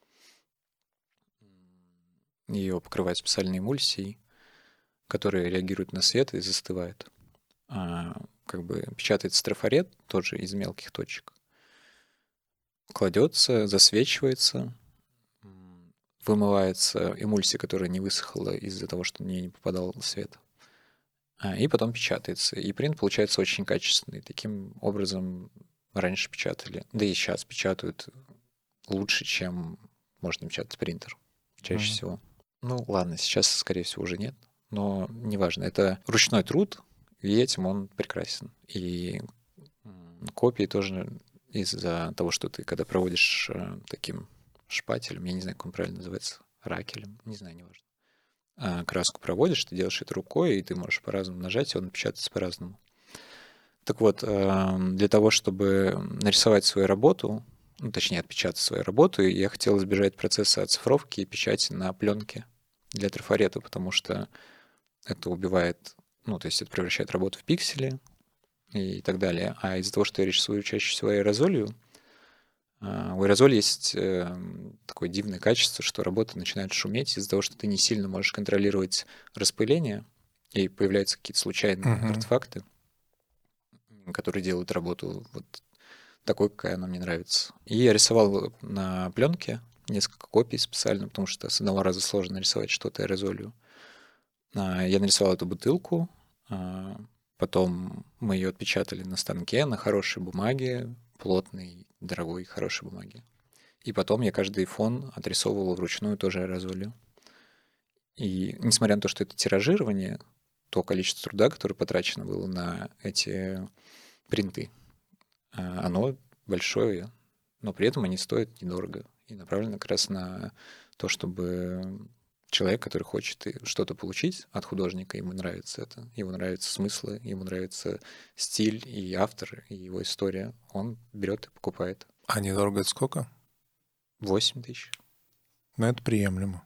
C: Ее покрывают специальной эмульсией, которая реагирует на свет и застывает. Как бы печатается трафарет, тоже из мелких точек. Кладется, засвечивается, вымывается эмульсия, которая не высохла из-за того, что на нее не попадал свет. И потом печатается. И принт получается очень качественный. Таким образом раньше печатали, да и сейчас печатают лучше, чем можно печатать принтер. чаще всего. Ну, ладно, сейчас, скорее всего, уже нет, но неважно. Это ручной труд, и этим он прекрасен. И копии тоже из-за того, что ты, когда проводишь таким шпателем, я не знаю, как он правильно называется, ракелем, не знаю, неважно, краску проводишь, ты делаешь это рукой, и ты можешь по-разному нажать, и он печатается по-разному. Так вот, для того, чтобы нарисовать свою работу, ну, точнее, отпечатать свою работу, я хотел избежать процесса оцифровки и печати на пленке для трафарета, потому что это убивает, ну, то есть это превращает работу в пиксели и так далее. А из-за того, что я рисую чаще всего аэрозолью, у аэрозоля есть такое дивное качество, что работа начинает шуметь из-за того, что ты не сильно можешь контролировать распыление, и появляются какие-то случайные артефакты, которые делают работу вот такой, какая она мне нравится. И я рисовал на пленке несколько копий специально, потому что с одного раза сложно нарисовать что-то аэрозолью. Я нарисовал эту бутылку, потом мы ее отпечатали на станке на хорошей бумаге, плотной, дорогой, хорошей бумаге. И потом я каждый фон отрисовывал вручную тоже аэрозолью. И несмотря на то, что это тиражирование, то количество труда, которое потрачено было на эти принты, оно большое, но при этом они стоят недорого. И направлено как раз на то, чтобы человек, который хочет что-то получить от художника, ему нравится это, ему нравятся смыслы, ему нравится стиль и автор, и его история, он берет и покупает.
B: А недорого это сколько?
C: 8 тысяч.
B: Ну, это приемлемо.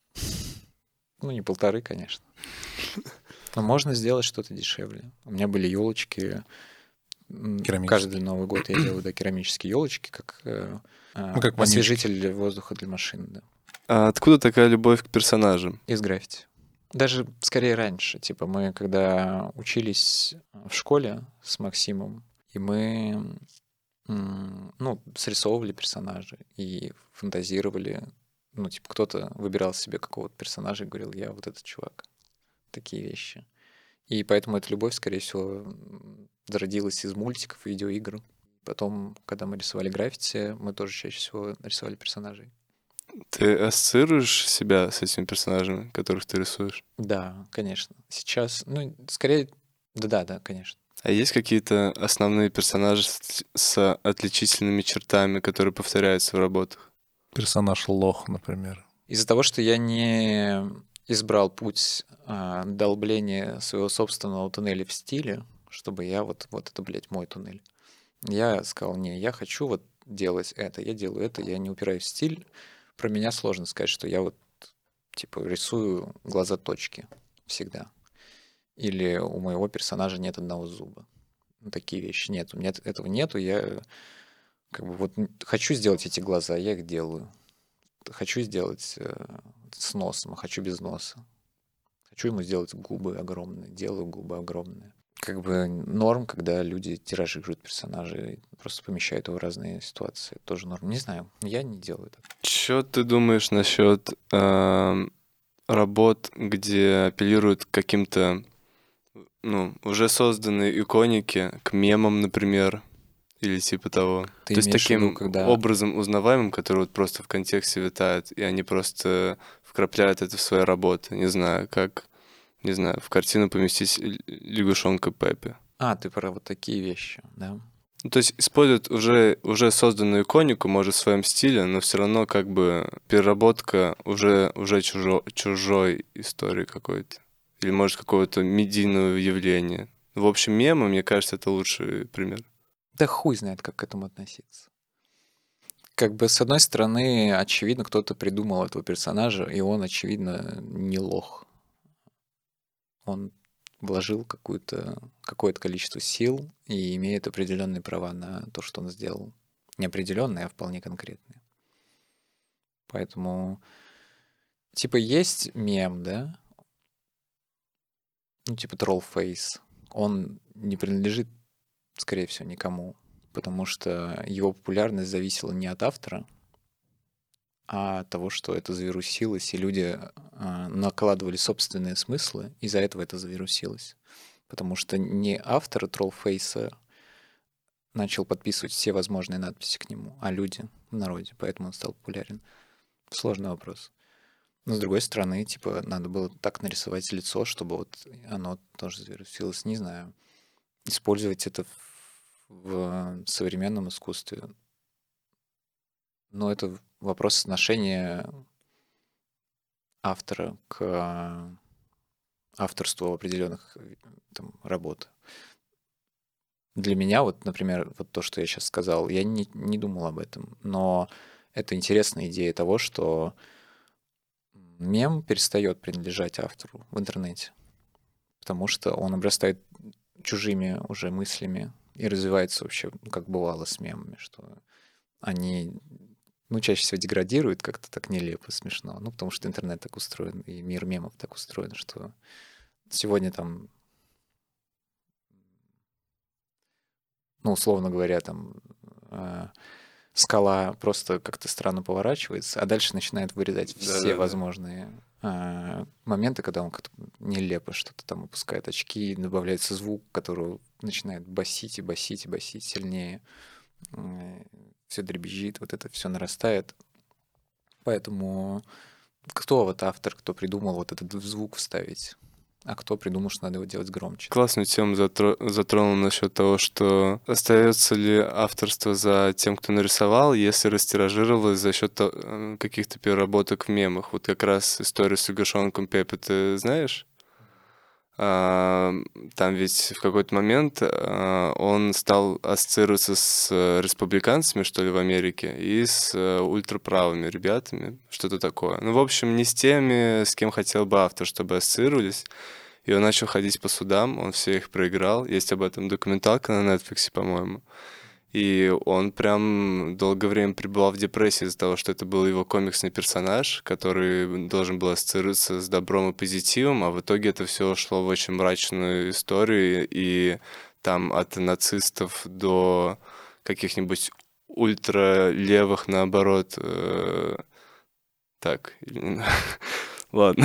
C: Ну, не 1,5, конечно. Но можно сделать что-то дешевле. У меня были елочки. Каждый Новый год я делаю керамические елочки, как освежитель воздуха для машин. Да.
A: А откуда такая любовь к персонажам?
C: Из граффити. Даже скорее раньше. Типа мы, когда учились в школе с Максимом, и мы срисовывали персонажей и фантазировали. Ну, типа, кто-то выбирал себе какого-то персонажа и говорил, я вот этот чувак. Такие вещи. И поэтому эта любовь, скорее всего, зародилась из мультиков, видеоигр. Потом, когда мы рисовали граффити, мы тоже чаще всего рисовали персонажей.
A: Ты ассоциируешь себя с этими персонажами, которых ты рисуешь?
C: Да, конечно. Сейчас, скорее, да, конечно.
A: А есть какие-то основные персонажи с отличительными чертами, которые повторяются в работах?
B: Персонаж лох, например.
C: Из-за того, что я не избрал путь долбления своего собственного туннеля в стиле, чтобы я вот это, блядь, мой туннель. Я сказал, не, я хочу вот делать это, я делаю это, я не упираюсь в стиль. Про меня сложно сказать, что я вот, типа, рисую глаза точки всегда. Или у моего персонажа нет одного зуба. Такие вещи нет. У меня этого нету, я как бы вот хочу сделать эти глаза, я их делаю. Хочу сделать с носом, а хочу без носа. Хочу ему сделать губы огромные, делаю губы огромные. Как бы норм, когда люди тиражируют персонажей, просто помещают его в разные ситуации. Это тоже норм. Не знаю, я не делаю так.
A: Что ты думаешь насчет работ, где апеллируют к каким-то уже созданные иконики, к мемам, например, или типа того?
C: Ты
A: То есть
C: имеешь в
A: таким
C: виду, когда...
A: образом узнаваемым, который вот просто в контексте витает, и они просто вкрапляют это в свои работы. Не знаю, как, в картину поместить лягушонка Пеппи.
C: Ты про вот такие вещи, да?
A: Ну, то есть используют уже созданную иконику, может, в своем стиле, но все равно как бы переработка уже чужой истории какой-то. Или, может, какого-то медийного явления. В общем, мемы, мне кажется, это лучший пример.
C: Да хуй знает, как к этому относиться. Как бы, с одной стороны, очевидно, кто-то придумал этого персонажа, и он, очевидно, не лох. Он вложил какое-то количество сил и имеет определенные права на то, что он сделал. Не определенные, а вполне конкретные. Поэтому, типа, есть мем, да? Типа Trollface. Он не принадлежит, скорее всего, никому, потому что его популярность зависела не от автора, а от того, что это завирусилось, и люди накладывали собственные смыслы, из-за этого это завирусилось. Потому что не автор Trollface начал подписывать все возможные надписи к нему, а люди в народе, поэтому он стал популярен. Сложный вопрос. Но с другой стороны, типа, надо было так нарисовать лицо, чтобы вот оно тоже завирусилось. Не знаю. Использовать это в современном искусстве. Но это вопрос отношения автора к авторству определенных там, работ. Для меня, вот, например, вот то, что я сейчас сказал, я не думал об этом, но это интересная идея того, что мем перестает принадлежать автору в интернете, потому что он обрастает чужими уже мыслями и развивается вообще, как бывало с мемами, что они, ну, чаще всего деградируют как-то так нелепо, смешно, ну, потому что интернет так устроен, и мир мемов так устроен, что сегодня там, ну, условно говоря, там скала просто как-то странно поворачивается, а дальше начинает вырезать все
A: Да-да-да.
C: возможные моменты, когда он как-то нелепо что-то там упускает очки, добавляется звук, который начинает басить и басить и басить сильнее. Все дребезжит, вот это все нарастает. Поэтому кто вот автор, кто придумал вот этот звук вставить? А кто придумал, что надо его делать громче?
A: Классную тему затронул насчет того, что остается ли авторство за тем, кто нарисовал, если растиражировалось за счет каких-то переработок в мемах. Вот как раз историю с лягушонком Пепе ты знаешь? Там ведь в какой-то момент он стал ассоциироваться с республиканцами, что ли, в Америке, и с ультраправыми ребятами, что-то такое. Ну, в общем, не с теми, с кем хотел бы автор, чтобы ассоциировались. И он начал ходить по судам, он все их проиграл. Есть об этом документалка на Netflix, по-моему. И он прям долгое время пребывал в депрессии из-за того, что это был его комиксный персонаж, который должен был ассоциироваться с добром и позитивом, а в итоге это все шло в очень мрачную историю, и там от нацистов до каких-нибудь ультралевых, наоборот, так, ладно.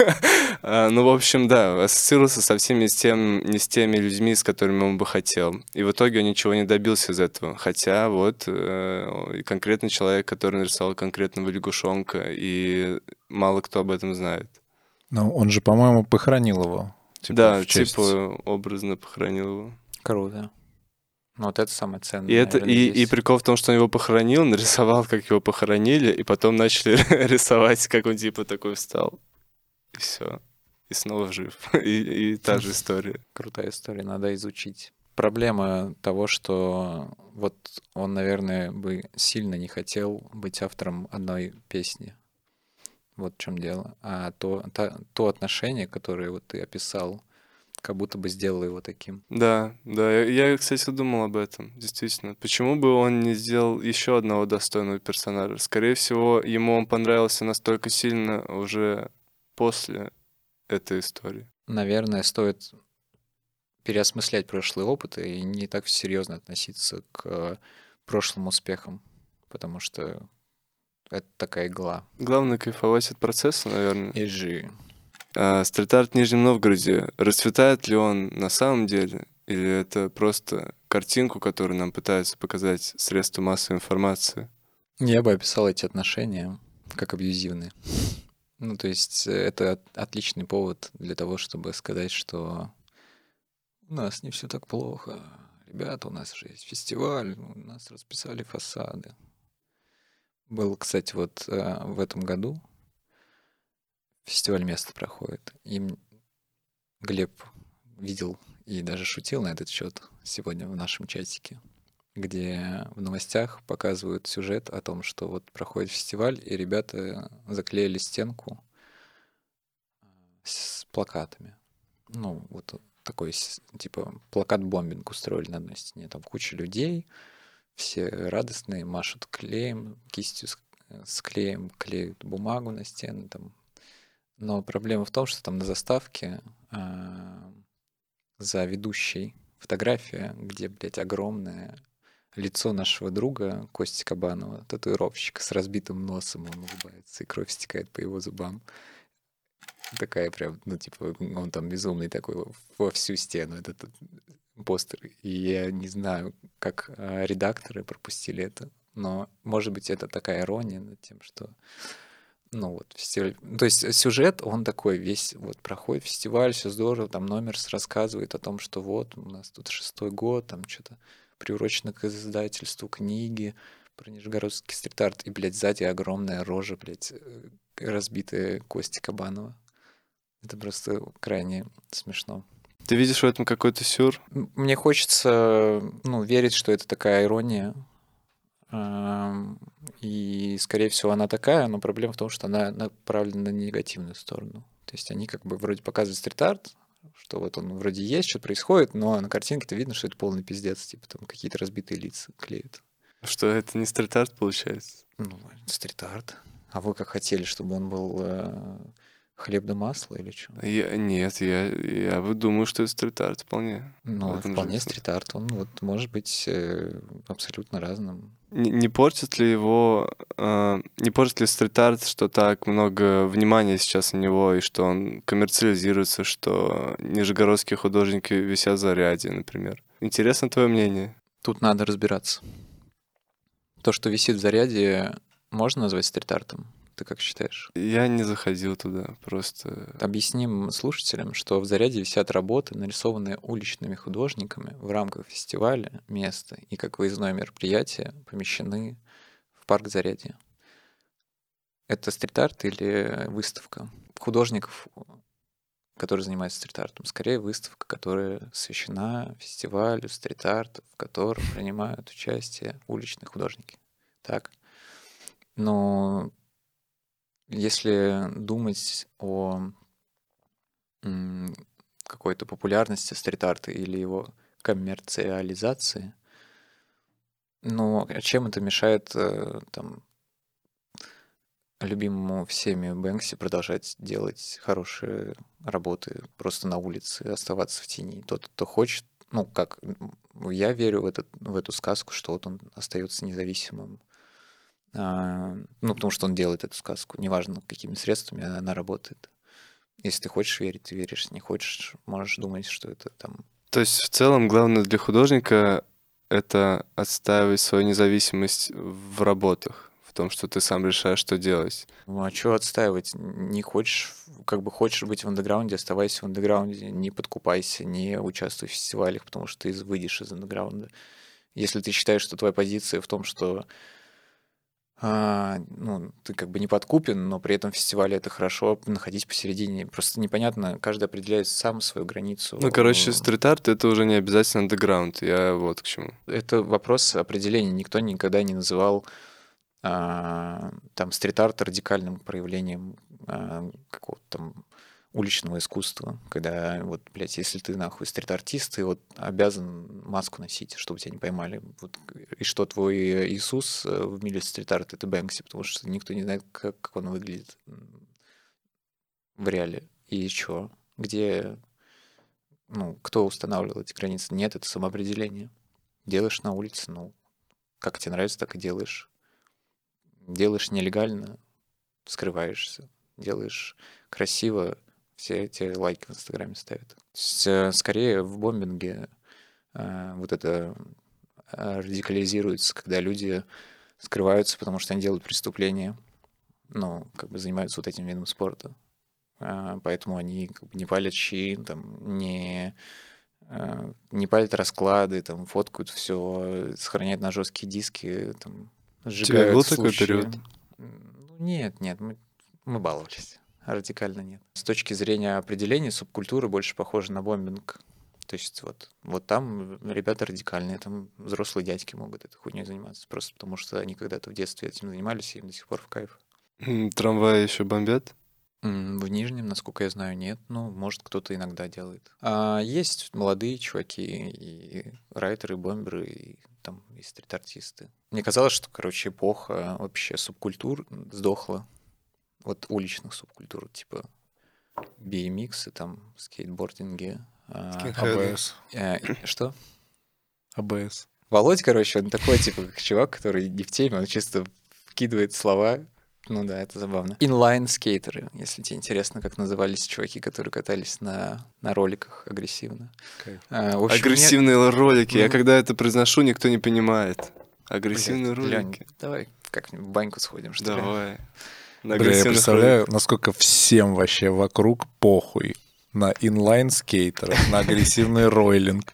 A: Ну, в общем, да, ассоциировался со всеми не с теми людьми, с которыми он бы хотел. И в итоге он ничего не добился из этого. Хотя вот конкретный человек, который нарисовал конкретного лягушонка, и мало кто об этом знает.
B: Ну, он же, по-моему, похоронил его.
A: Да,
B: в честь.
A: типа образно похоронил его.
C: Круто. Ну, вот это самое ценное,
A: И, это,
C: наверное,
A: и
C: здесь.
A: прикол в том, что он его похоронил, нарисовал, как его похоронили, и потом начали рисовать, как он типа такой встал. И все. И снова жив. И та же история.
C: Крутая история, надо изучить. Проблема того, что вот он, наверное, бы сильно не хотел быть автором одной песни. Вот в чем дело. А то отношение, которое вот ты описал, как будто бы сделало его таким.
A: Да, да, я, кстати, думал об этом, действительно. Почему бы он не сделал еще одного достойного персонажа? Скорее всего, ему он понравился настолько сильно уже после этой истории.
C: Наверное, стоит переосмыслять прошлый опыт и не так серьезно относиться к прошлым успехам, потому что это такая игла.
A: Главное кайфовать от процесса, наверное.
C: И же
A: Стрит-арт в Нижнем Новгороде, расцветает ли он на самом деле? Или это просто картинку, которую нам пытаются показать средства массовой информации?
C: я бы описал эти отношения как абьюзивные. Ну, то есть это отличный повод для того, чтобы сказать, что у нас не все так плохо. Ребята, у нас же есть фестиваль, у нас расписали фасады. Был, кстати, вот в этом году фестиваль «Место» проходит. И Глеб видел и даже шутил на этот счет сегодня в нашем чатике, где в новостях показывают сюжет о том, что вот проходит фестиваль, и ребята заклеили стенку с плакатами. Ну, вот такой, типа, плакат-бомбинг устроили на одной стене. Там куча людей, все радостные, машут клеем, кистью с клеем, клеют бумагу на стены. Там. Но проблема в том, что там на заставке за ведущей фотография, где, блядь, огромное лицо нашего друга Кости Кабанова, татуировщика с разбитым носом, он улыбается, и кровь стекает по его зубам. Такая прям, ну, типа, он там безумный такой во всю стену, этот постер. И я не знаю, как редакторы пропустили это, но, может быть, это такая ирония над тем, что Ну вот, фестиваль. То есть сюжет, он такой весь, вот проходит фестиваль, все здорово, там Номерс рассказывает о том, что вот у нас тут 6-й год, там что-то приурочено к издательству книги про нижегородский стрит-арт, и, блядь, сзади огромная рожа, блядь, разбитая Кости Кабанова. Это просто крайне смешно.
A: Ты видишь в этом какой-то сюр?
C: Мне хочется, ну, верить, что это такая ирония. И, скорее всего, она такая, но проблема в том, что она направлена на негативную сторону. То есть они как бы вроде показывают стрит-арт, что вот он вроде есть, что происходит, но на картинке-то видно, что это полный пиздец, типа там какие-то разбитые лица клеят.
A: Что это не стрит-арт получается?
C: Ну, стрит-арт. А вы как хотели, чтобы он был хлеб да масло или что?
A: Нет, я вот думаю, что это стрит-арт вполне.
C: Ну,
A: в этом
C: вполне
A: же
C: стрит-арт. Он вот может быть абсолютно разным.
A: Не портит ли его, не портит ли стрит-арт, что так много внимания сейчас на него, и что он коммерциализируется, что нижегородские художники висят в заряде, например? Интересно твое мнение?
C: Тут надо разбираться. То, что висит в заряде, можно назвать стрит-артом? Ты как считаешь?
A: Я не заходил туда, просто...
C: Объясним слушателям, что в заряде висят работы, нарисованные уличными художниками в рамках фестиваля места и как выездное мероприятие помещены в парк Зарядье. Это стрит-арт или выставка художников, которые занимаются стрит-артом? Скорее, выставка, которая посвящена фестивалю стрит-арта, в котором принимают участие уличные художники. Так? Но если думать о какой-то популярности стрит-арта или его коммерциализации, но чем это мешает там любимому всеми Бэнкси продолжать делать хорошие работы просто на улице, оставаться в тени? Тот, кто хочет, ну, как я верю в эту сказку, что вот он остается независимым. Ну, потому что он делает эту сказку. Неважно, какими средствами она работает. Если ты хочешь верить, ты веришь. Не хочешь, можешь думать, что это там...
A: То есть в целом главное для художника — это отстаивать свою независимость в работах, в том, что ты сам решаешь, что делать.
C: Ну, а что отстаивать? Не хочешь, как бы хочешь быть в андеграунде, оставайся в андеграунде, не подкупайся, не участвуй в фестивалях, потому что ты выйдешь из андеграунда. Если ты считаешь, что твоя позиция в том, что ну, ты как бы не подкупен, но при этом в фестивале это хорошо находись посередине. Просто непонятно, каждый определяет сам свою границу.
A: Ну, короче, стрит-арт — это уже не обязательно андеграунд. Я вот к чему.
C: Это вопрос определения. Никто никогда не называл там стрит-арт радикальным проявлением какого-то там уличного искусства, когда вот, блядь, если ты нахуй стрит-артист, ты вот обязан маску носить, чтобы тебя не поймали. Вот, и что твой Иисус в мире стрит-арта — это Бэнкси, потому что никто не знает, как он выглядит в реале. И что? Где, ну, кто устанавливал эти границы? Нет, это самоопределение. Делаешь на улице, ну, как тебе нравится, так и делаешь. Делаешь нелегально, скрываешься. Делаешь красиво, все эти лайки в Инстаграме ставят. Скорее в бомбинге вот это радикализируется, когда люди скрываются, потому что они делают преступления, ну, как бы занимаются вот этим видом спорта. Поэтому они как бы не палят щи, там, не палят расклады, там, фоткают все, сохраняют на жесткие диски, там, сжигают.
A: У тебя был такой период?
C: Нет, мы баловались. Радикально нет. С точки зрения определения субкультуры больше похоже на бомбинг. То есть вот там ребята радикальные, там взрослые дядьки могут этой хуйней заниматься, просто потому что они когда-то в детстве этим занимались, и им до сих пор в кайф.
A: Трамваи еще бомбят?
C: В Нижнем, насколько я знаю, нет. Ну, может, кто-то иногда делает. А есть молодые чуваки, и райтеры, и бомберы, и там и стрит-артисты. Мне казалось, что, короче, эпоха вообще субкультур сдохла. Вот уличных субкультур, типа BMX, там, скейтбординги.
B: АБС.
C: Что?
B: АБС.
C: Володь, короче, он такой, типа, как чувак, который не в теме, он чисто вкидывает слова. Ну да, это забавно. Инлайн-скейтеры, если тебе интересно, как назывались чуваки, которые катались на роликах агрессивно.
A: Агрессивные ролики. Я когда это произношу, никто не понимает. Агрессивные ролики.
C: Лёнь, давай как-нибудь в баньку сходим, что ли?
A: Давай. На
B: Бля, я
A: агрессивных
B: представляю, насколько всем вообще вокруг похуй на инлайн-скейтеров, на агрессивный ройлинг.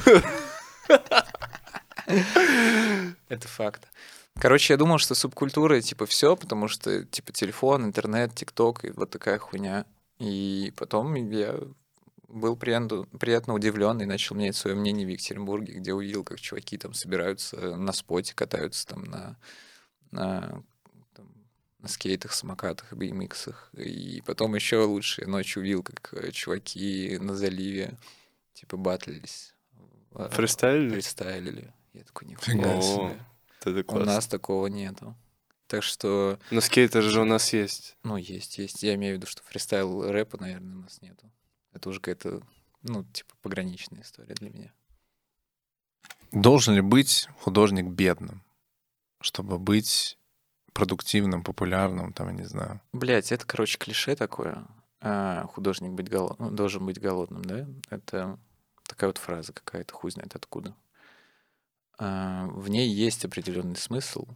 C: Это факт. Короче, я думал, что субкультура, типа, все, потому что, типа, телефон, интернет, ТикТок и вот такая хуйня. И потом я был приятно удивлен и начал менять свое мнение в Екатеринбурге, где увидел, как чуваки там собираются на споте, катаются там там, на скейтах, самокатах, BMX-ах. И потом еще лучше я ночью увидел, как чуваки на заливе типа батлились.
A: Фристайлили?
C: Фристайлили. Я такой,
B: Фига
C: нихуя
A: О,
C: себе.
A: это
C: У
A: классно.
C: нас такого нету. Так что,
A: Но скейтеры же у нас есть.
C: ну, есть. Я имею в виду, что фристайл рэпа, наверное, у нас нету. Это уже какая-то, ну, типа, пограничная история для меня.
B: Должен ли быть художник бедным, чтобы быть продуктивным, популярным, там, я не знаю?
C: Блять, это, короче, клише такое. Художник должен быть голодным, да? Это такая вот фраза какая-то, хуй знает откуда. В ней есть определенный смысл,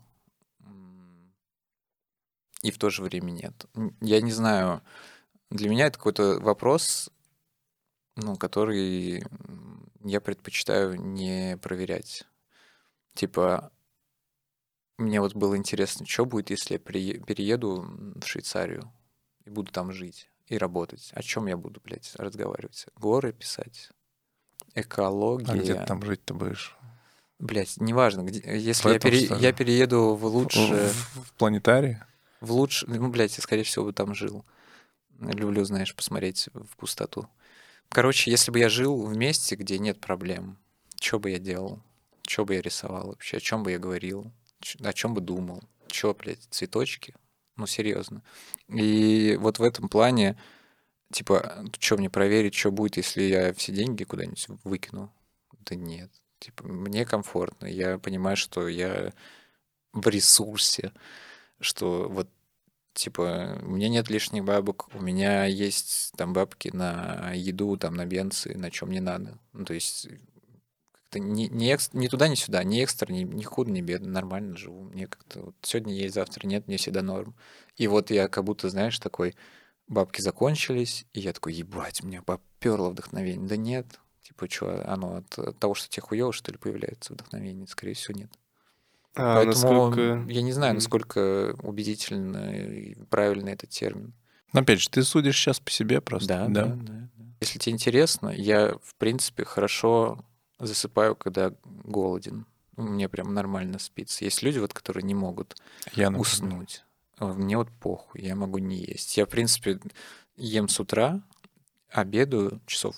C: и в то же время нет. Я не знаю, для меня это какой-то вопрос, ну, который я предпочитаю не проверять. Типа, мне вот было интересно, что будет, если я перееду в Швейцарию и буду там жить и работать. О чем я буду, блядь, разговаривать? Горы писать? Экология?
B: А где ты там жить-то будешь?
C: Блядь, неважно, где, если
B: этом, что ли?
C: я перееду в лучшее...
B: В планетарии?
C: В лучшее... Ну, блядь, я, скорее всего, бы там жил. Люблю, знаешь, посмотреть в пустоту. Короче, если бы я жил в месте, где нет проблем, что бы я делал? Что бы я рисовал вообще? О чем бы я говорил? О чем бы думал? Че, блядь, цветочки? Ну, серьезно. И вот в этом плане, типа, что мне проверить, что будет, если я все деньги куда-нибудь выкину? Да нет. Типа, мне комфортно. Я понимаю, что я в ресурсе, что вот, типа, у меня нет лишних бабок, у меня есть там бабки на еду, там, на бензы, на чем мне надо. Ну, то есть как-то ни туда, ни сюда, ни экстра, ни худо, ни бедно, нормально живу. Мне как-то вот сегодня есть, завтра нет, мне всегда норм. И вот я как будто, знаешь, такой, бабки закончились, и я такой, ебать, меня поперло вдохновение. Да нет, типа, что, оно от того, что тебе хуёво, что ли, появляется вдохновение? Скорее всего, нет. Поэтому я не знаю, насколько убедительно и правильно этот термин.
B: Но опять же, ты судишь сейчас по себе просто.
C: Да. Если тебе интересно, я, в принципе, хорошо засыпаю, когда голоден. Мне прям нормально спится. Есть люди, вот, которые не могут уснуть. Мне вот похуй, я могу не есть. Я, в принципе, ем с утра, обедаю часов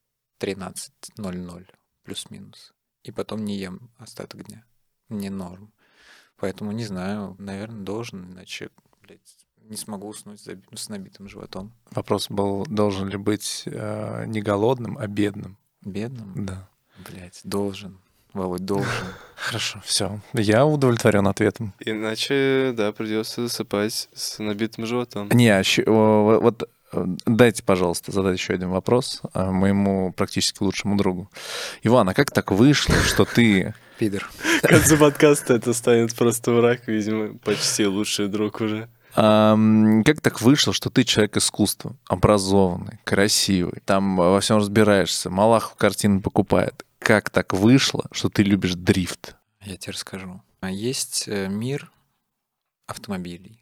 C: 13:00 плюс-минус. И потом не ем остаток дня. Мне норм. Поэтому не знаю, наверное, должен, иначе, блядь, не смогу уснуть с набитым животом.
B: Вопрос был, должен ли быть не голодным, а бедным?
C: Бедным?
B: Да.
C: Блядь, должен. Володь, должен.
B: Хорошо, все. Я удовлетворен ответом.
A: Иначе, да, придется засыпать с набитым животом.
B: Не, вот дайте, пожалуйста, задать еще один вопрос моему практически лучшему другу. Иван, а как так вышло, что ты...
C: Пидор.
A: К концу подкаста это станет просто враг, видимо, почти лучший друг уже.
B: Как так вышло, что ты человек искусства, образованный, красивый, там во всем разбираешься, Малахов картины покупает. Как так вышло, что ты любишь дрифт?
C: Я тебе расскажу. Есть мир автомобилей.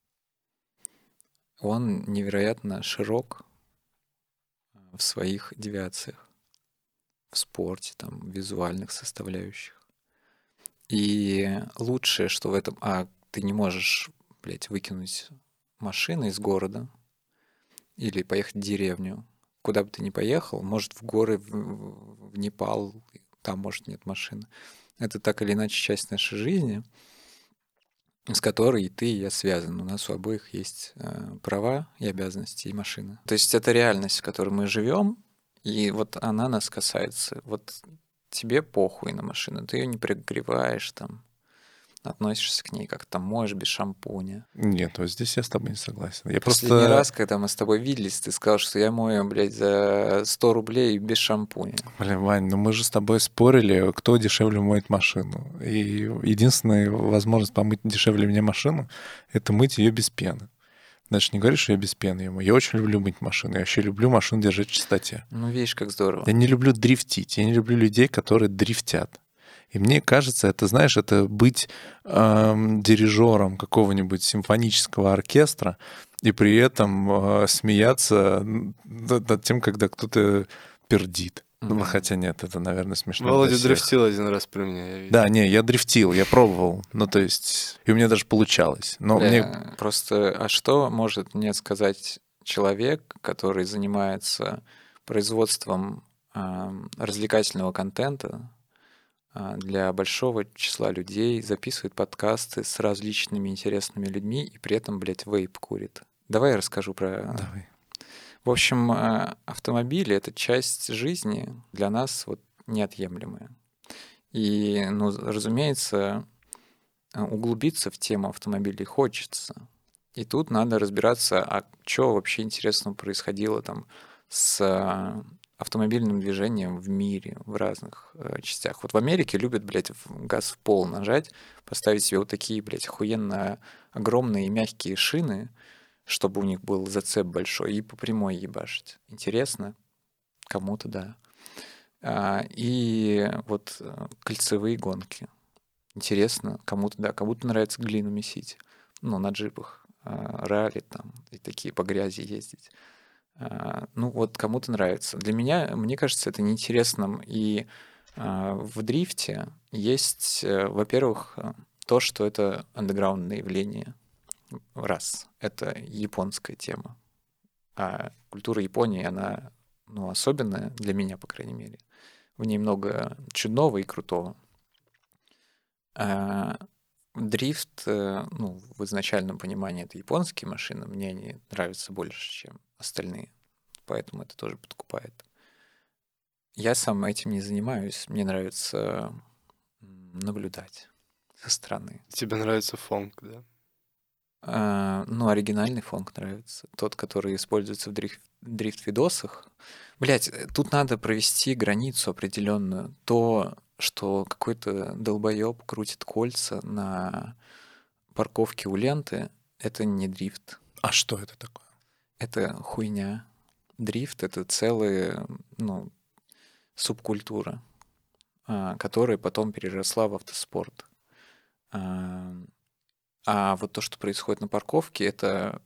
C: Он невероятно широк в своих девиациях, в спорте, там, в визуальных составляющих. И лучшее, что в этом... ты не можешь, блядь, выкинуть машину из города или поехать в деревню. Куда бы ты ни поехал, может, в горы, в Непал, там, может, нет машины. Это так или иначе часть нашей жизни, с которой и ты, и я связаны. У нас у обоих есть права и обязанности, и машина. То есть это реальность, в которой мы живем, и вот она нас касается. Вот тебе похуй на машину, ты ее не прогреваешь, там, относишься к ней как-то, моешь без шампуня.
B: Нет, вот здесь я с тобой не согласен. Я
C: Последний раз, когда мы с тобой виделись, ты сказал, что я мою, блядь, за 100 рублей без шампуня.
B: Блин, Вань, ну мы же с тобой спорили, кто дешевле моет машину. И единственная возможность помыть дешевле мне машину — это мыть ее без пены. Значит, не говоришь, что я без пены ему. Я очень люблю мыть машины. Я вообще люблю машину держать в чистоте.
C: Ну, видишь, как здорово.
B: Я не люблю дрифтить. Я не люблю людей, которые дрифтят. И мне кажется, это, знаешь, это быть дирижером какого-нибудь симфонического оркестра и при этом смеяться над тем, когда кто-то пердит. Ну, хотя нет, это, наверное, смешно.
A: Володя дрифтил один раз при мне, я видел.
B: Да, не, я дрифтил, я пробовал. Ну, то есть, и у меня даже получалось. Но мне...
C: Просто, а что может мне сказать человек, который занимается производством развлекательного контента для большого числа людей, записывает подкасты с различными интересными людьми и при этом, блядь, вейп курит? Давай я расскажу про...
B: Давай.
C: В общем, автомобили — это часть жизни для нас вот неотъемлемая. И, ну, разумеется, углубиться в тему автомобилей хочется. И тут надо разбираться, а что вообще интересного происходило там с автомобильным движением в мире, в разных частях. Вот в Америке любят, блядь, газ в пол нажать, поставить себе вот такие, блядь, охуенно огромные мягкие шины, чтобы у них был зацеп большой, и по прямой ебашить. Интересно? Кому-то да. И вот кольцевые гонки. Интересно? Кому-то да. Кому-то нравится глину месить. Ну, на джипах. Ралли там. И такие по грязи ездить. Ну, вот кому-то нравится. Для меня, мне кажется, это неинтересным. И в дрифте есть, во-первых, то, что это андеграундное явление. Раз. Это японская тема. А культура Японии, она, ну, особенная для меня, по крайней мере. В ней много чудного и крутого. Дрифт, ну, в изначальном понимании это японские машины. Мне они нравятся больше, чем остальные. Поэтому это тоже подкупает. Я сам этим не занимаюсь. Мне нравится наблюдать со стороны.
A: Тебе нравится фонк, да?
C: Ну, оригинальный фонк нравится. Тот, который используется в дрифт-видосах. Блять, тут надо провести границу определенную. То, что какой-то долбоеб крутит кольца на парковке у ленты, это не дрифт.
B: А что это такое?
C: Это хуйня. Дрифт — это целая, ну, субкультура, которая потом переросла в автоспорт. А вот то, что происходит на парковке, это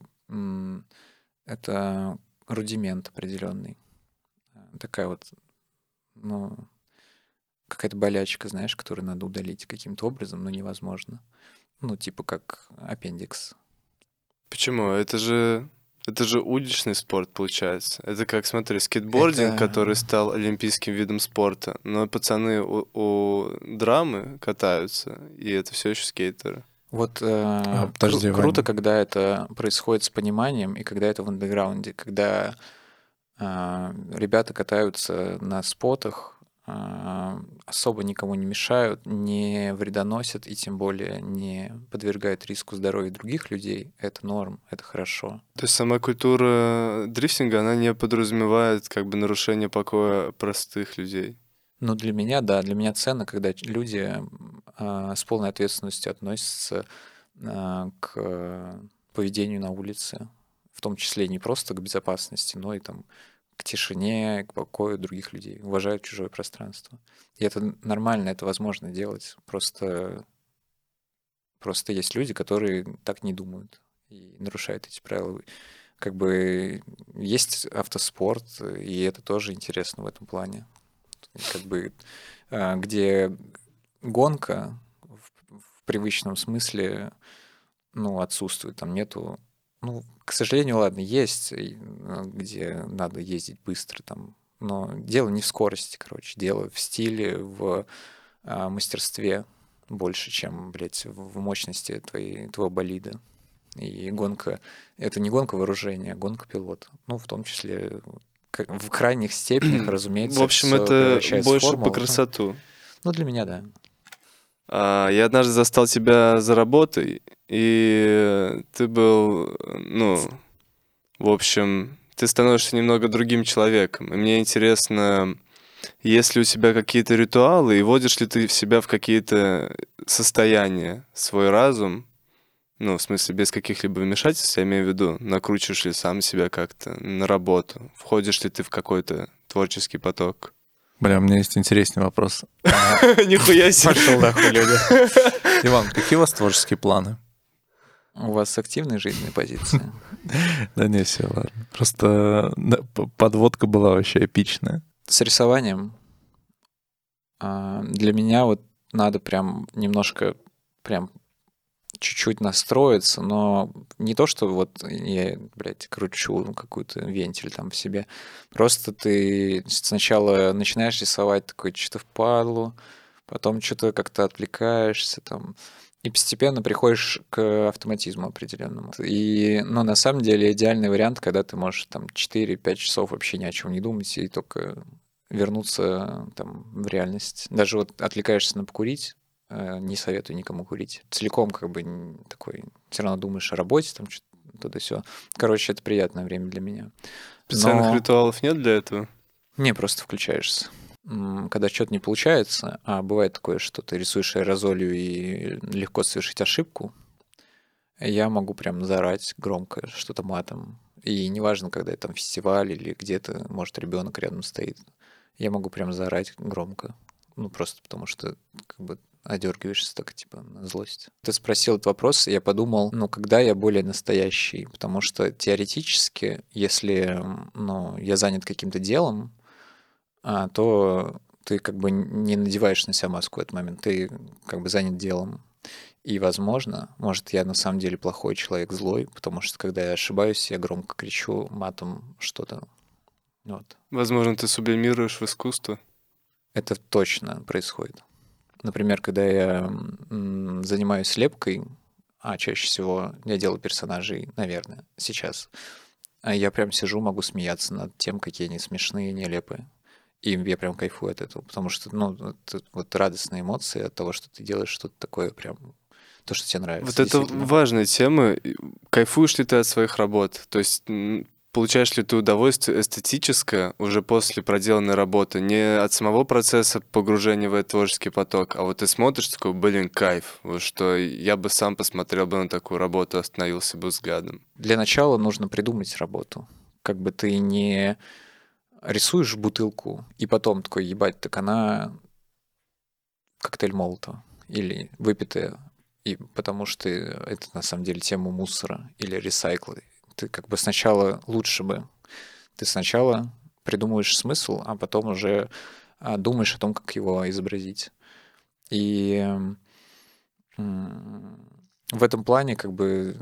C: рудимент определенный. Такая вот, ну, какая-то болячка, знаешь, которую надо удалить каким-то образом, но невозможно. Ну, типа как аппендикс.
A: Почему? Это же уличный спорт, получается. Это как, смотри, скейтбординг, который стал олимпийским видом спорта, но пацаны у драмы катаются, и это все еще скейтеры.
C: Вот
B: подожди,
C: круто,
B: Ваня.
C: когда это происходит с пониманием, и когда это в андеграунде, когда ребята катаются на спотах, особо никому не мешают, не вредоносят и тем более не подвергают риску здоровья других людей. Это норм, это хорошо.
A: То есть сама культура дрифтинга, она не подразумевает как бы нарушение покоя простых людей.
C: Ну, для меня, да, для меня ценно, когда люди с полной ответственностью относятся к поведению на улице, в том числе не просто к безопасности, но и там к тишине, к покою других людей, уважают чужое пространство. И это нормально, это возможно делать. Просто есть люди, которые так не думают и нарушают эти правила. Как бы есть автоспорт, и это тоже интересно в этом плане. Как бы где гонка в привычном смысле, ну, отсутствует, там нету. Ну, к сожалению, ладно, есть, где надо ездить быстро, там, но дело не в скорости, короче, дело в стиле, в мастерстве больше, чем, блядь, в мощности твоего болида. И гонка — это не гонка вооружения, а гонка пилота. Ну, в том числе в крайних степенях, разумеется.
A: В общем, это больше по красоту.
C: Ну, для меня, да.
A: Я однажды застал тебя за работой, и ты был, ну, в общем, ты становишься немного другим человеком. И мне интересно, есть ли у тебя какие-то ритуалы, и вводишь ли ты в себя в какие-то состояния свой разум, Ну, в смысле, без каких-либо вмешательств, я имею в виду, накручиваешь ли сам себя как-то на работу, входишь ли ты в какой-то творческий поток?
B: Бля, у меня есть интересный вопрос.
A: Нихуя себе.
C: Пошел нахуй, люди.
B: Иван, какие у вас творческие планы?
C: У вас активные жизненные позиции?
B: Да не, все, ладно. Просто подводка была вообще эпичная.
C: С рисованием для меня вот надо прям немножко, прям чуть-чуть настроиться, но не то, что вот я, блядь, кручу какую-то вентиль там в себе. Просто ты сначала начинаешь рисовать такой что-то впадлу, потом что-то как-то отвлекаешься там, и постепенно приходишь к автоматизму определенному. И, ну, на самом деле, идеальный вариант, когда ты можешь там 4-5 часов вообще ни о чем не думать и только вернуться там в реальность. Даже вот отвлекаешься на покурить, не советую никому курить. Целиком как бы такой, все равно думаешь о работе, там что-то туда-сё. Короче, это приятное время для меня.
A: Специальных ритуалов нет для этого?
C: Не, просто включаешься. Когда что-то не получается, а бывает такое, что ты рисуешь аэрозолью и легко совершить ошибку, я могу прям заорать громко что-то матом. И неважно, когда это там фестиваль или где-то, может, ребенок рядом стоит, я могу прям заорать громко. Ну, просто потому что как бы одергиваешься так, типа, на злость. Ты спросил этот вопрос, и я подумал, ну, когда я более настоящий? Потому что теоретически, если, ну, я занят каким-то делом, то ты как бы не надеваешь на себя маску в этот момент, ты как бы занят делом. И, возможно, может, я на самом деле плохой человек, злой, потому что, когда я ошибаюсь, я громко кричу матом что-то. Вот.
A: Возможно, ты сублимируешь в искусство?
C: Это точно происходит. Например, когда я занимаюсь лепкой, а чаще всего я делаю персонажей, наверное, сейчас, я прям сижу, могу смеяться над тем, какие они смешные, нелепые. И я прям кайфую от этого, потому что, ну, это вот радостные эмоции от того, что ты делаешь что-то такое прям, то, что тебе нравится.
A: Вот это важная тема. Кайфуешь ли ты от своих работ? То есть получаешь ли ты удовольствие эстетическое уже после проделанной работы? Не от самого процесса погружения в этот творческий поток, а вот ты смотришь такой, блин, кайф, вот что я бы сам посмотрел бы на такую работу, остановился бы взглядом.
C: Для начала нужно придумать работу. Как бы ты не рисуешь бутылку, и потом такой, ебать, так она коктейль Молотова или выпитая, и потому что это на самом деле тема мусора или ресайкла. Ты как бы сначала лучше бы, ты сначала придумываешь смысл, а потом уже думаешь о том, как его изобразить. И в этом плане как бы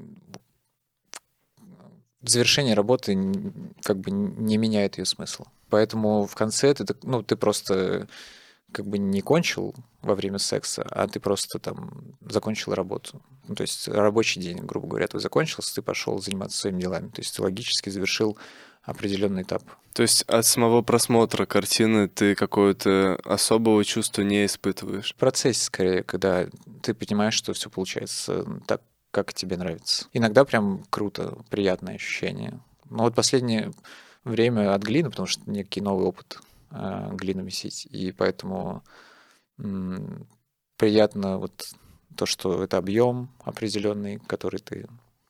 C: завершение работы как бы не меняет ее смысла. Поэтому в конце ты просто как бы не кончил во время секса, а ты просто там закончил работу. Ну, то есть рабочий день, грубо говоря, твой закончился, ты пошел заниматься своими делами. То есть ты логически завершил определенный этап.
A: То есть от самого просмотра картины ты какого-то особого чувства не испытываешь?
C: В процессе, скорее, когда ты понимаешь, что все получается так, как тебе нравится. Иногда прям круто, приятное ощущение. Но вот последнее время от глины, потому что некий новый опыт глину месить, и поэтому приятно вот то, что это объем определенный, который ты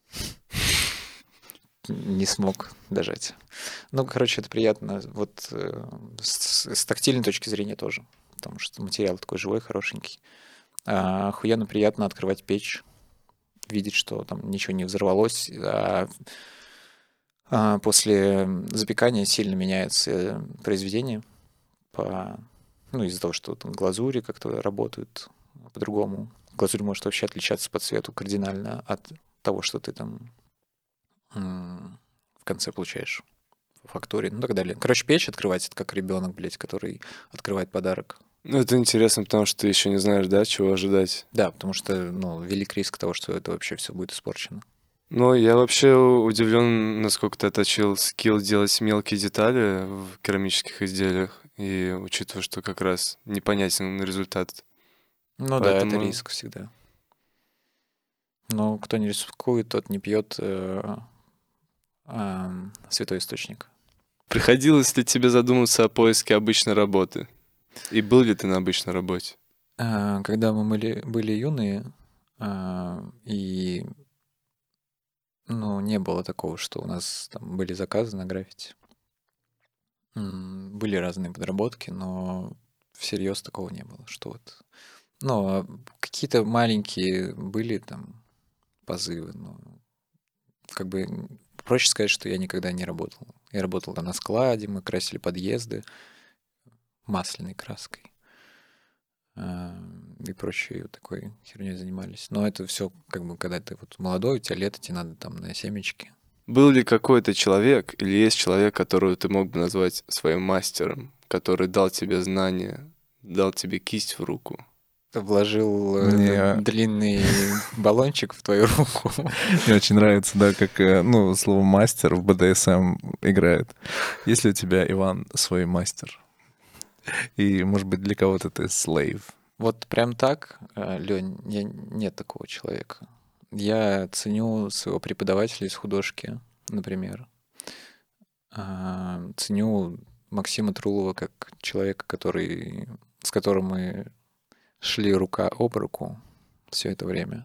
C: не смог дожать. Ну, короче, это приятно вот с тактильной точки зрения тоже, потому что материал такой живой, хорошенький. Охуенно приятно открывать печь, видеть, что там ничего не взорвалось, после запекания сильно меняется произведение из-за того, что там глазури как-то работают по-другому. Глазурь может вообще отличаться по цвету кардинально от того, что ты там в конце получаешь в факторе, ну и так далее. Короче, печь открывать — это как ребенок, блядь, который открывает подарок.
A: Ну, это интересно, потому что ты еще не знаешь, да, чего ожидать.
C: Да, потому что, велик риск того, что это вообще все будет испорчено.
A: Ну, я вообще удивлен, насколько ты отточил скилл делать мелкие детали в керамических изделиях, и учитывая, что как раз непонятен результат.
C: Ну да, это риск всегда. Но кто не рискует, тот не пьет святой источник.
A: Приходилось ли тебе задуматься о поиске обычной работы? И был ли ты на обычной работе?
C: Когда мы были юные, И, ну, не было такого, что у нас там были заказы на граффити. Были разные подработки, но всерьез такого не было, что вот... Ну, какие-то маленькие были там позывы, но как бы проще сказать, что я никогда не работал. Я работал там на складе, мы красили подъезды масляной краской и прочей вот такой херней занимались. Но это все как бы, когда ты вот молодой, у тебя лето, тебе надо там на семечки.
A: Был ли какой-то человек или есть человек, которого ты мог бы назвать своим мастером, который дал тебе знания, дал тебе кисть в руку?
C: Вложил
B: Мне
C: длинный баллончик в твою руку.
B: мне очень нравится, да, как, ну, слово «мастер» в БДСМ играет. Есть ли у тебя, Иван, свой мастер? И, может быть, для кого-то ты слейв?
C: Вот прям так, Лёнь, нет такого человека. Я ценю своего преподавателя из художки, например. Ценю Максима Трулова как человека, с которым мы шли рука об руку все это время.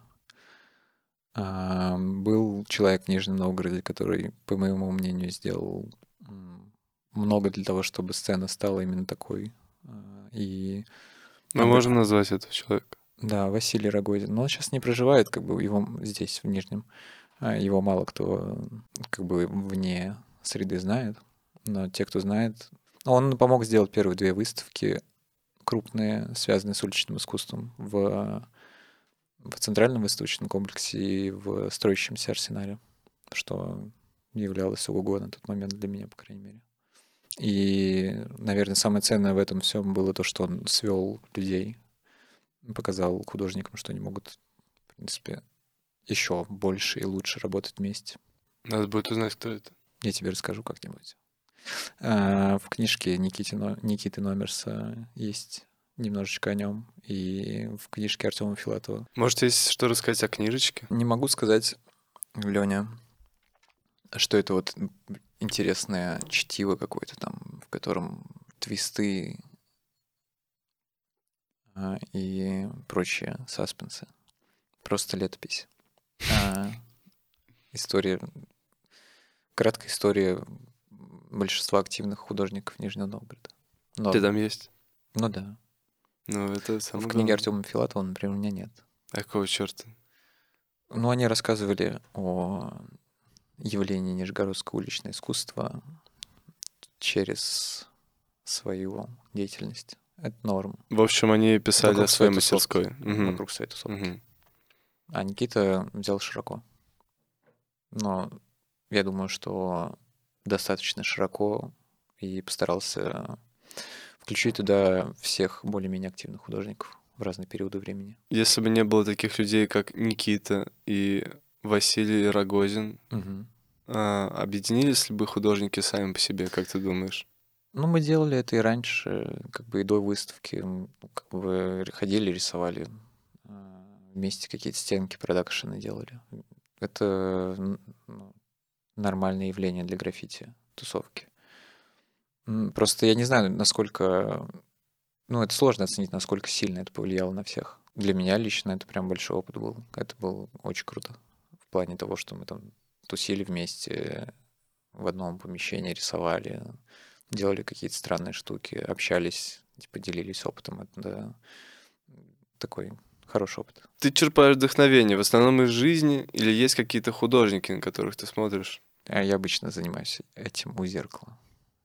C: Был человек в Нижнем Новгороде, который, по моему мнению, сделал много для того, чтобы сцена стала именно такой. И
A: Мы можем назвать этого человека.
C: да, Василий Рогозин. Но он сейчас не проживает, как бы его здесь, в Нижнем. Его мало кто как бы вне среды знает. Но те, кто знает... Он помог сделать первые 2 выставки крупные, связанные с уличным искусством в Центральном выставочном комплексе и в строящемся арсенале, что являлось ого-го на тот момент для меня, по крайней мере. И, наверное, самое ценное в этом всем было то, что он свел людей, показал художникам, что они могут, в принципе, еще больше и лучше работать вместе.
A: Надо будет узнать, кто это.
C: Я тебе расскажу как-нибудь. В книжке Никиты Номерса есть немножечко о нем, и в книжке Артема Филатова.
A: Может, есть что рассказать о книжечке?
C: Не могу сказать, Леня, что это вот интересное чтиво какое-то там, в котором твисты и прочие саспенсы. Просто летопись. История, краткая история большинства активных художников Нижнего Новгорода.
A: Ты там есть?
C: Ну да.
A: Ну, это
C: В
A: самое
C: книге
A: главное.
C: Артема Филатова, например, у меня нет.
A: А какого черта?
C: Ну, они рассказывали о явлении нижегородского уличного искусства через свою деятельность. Это норм.
A: В общем, они писали
C: Вокруг
A: о своей
C: своей тусовки.
A: мастерской. Мгм.
C: Вокруг своей тусовки.
A: Мгм.
C: А Никита взял широко. Но я думаю, что достаточно широко и постарался включить туда всех более-менее активных художников в разные периоды времени.
A: Если бы не было таких людей, как Никита и Василий Рогозин,
C: Мгм.
A: объединились ли бы художники сами по себе, как ты думаешь?
C: Ну, мы делали это и раньше, как бы и до выставки. Как бы ходили, рисовали вместе какие-то стенки, продакшены делали. Это ну, нормальное явление для граффити, тусовки. Просто я не знаю, насколько... Ну, это сложно оценить, насколько сильно это повлияло на всех. Для меня лично это прям большой опыт был. Это было очень круто. В плане того, что мы там тусили вместе в одном помещении, рисовали, делали какие-то странные штуки, общались, типа делились опытом. Это такой хороший опыт.
A: Ты черпаешь вдохновение в основном из жизни или есть какие-то художники, на которых ты смотришь?
C: А я обычно занимаюсь этим у зеркала.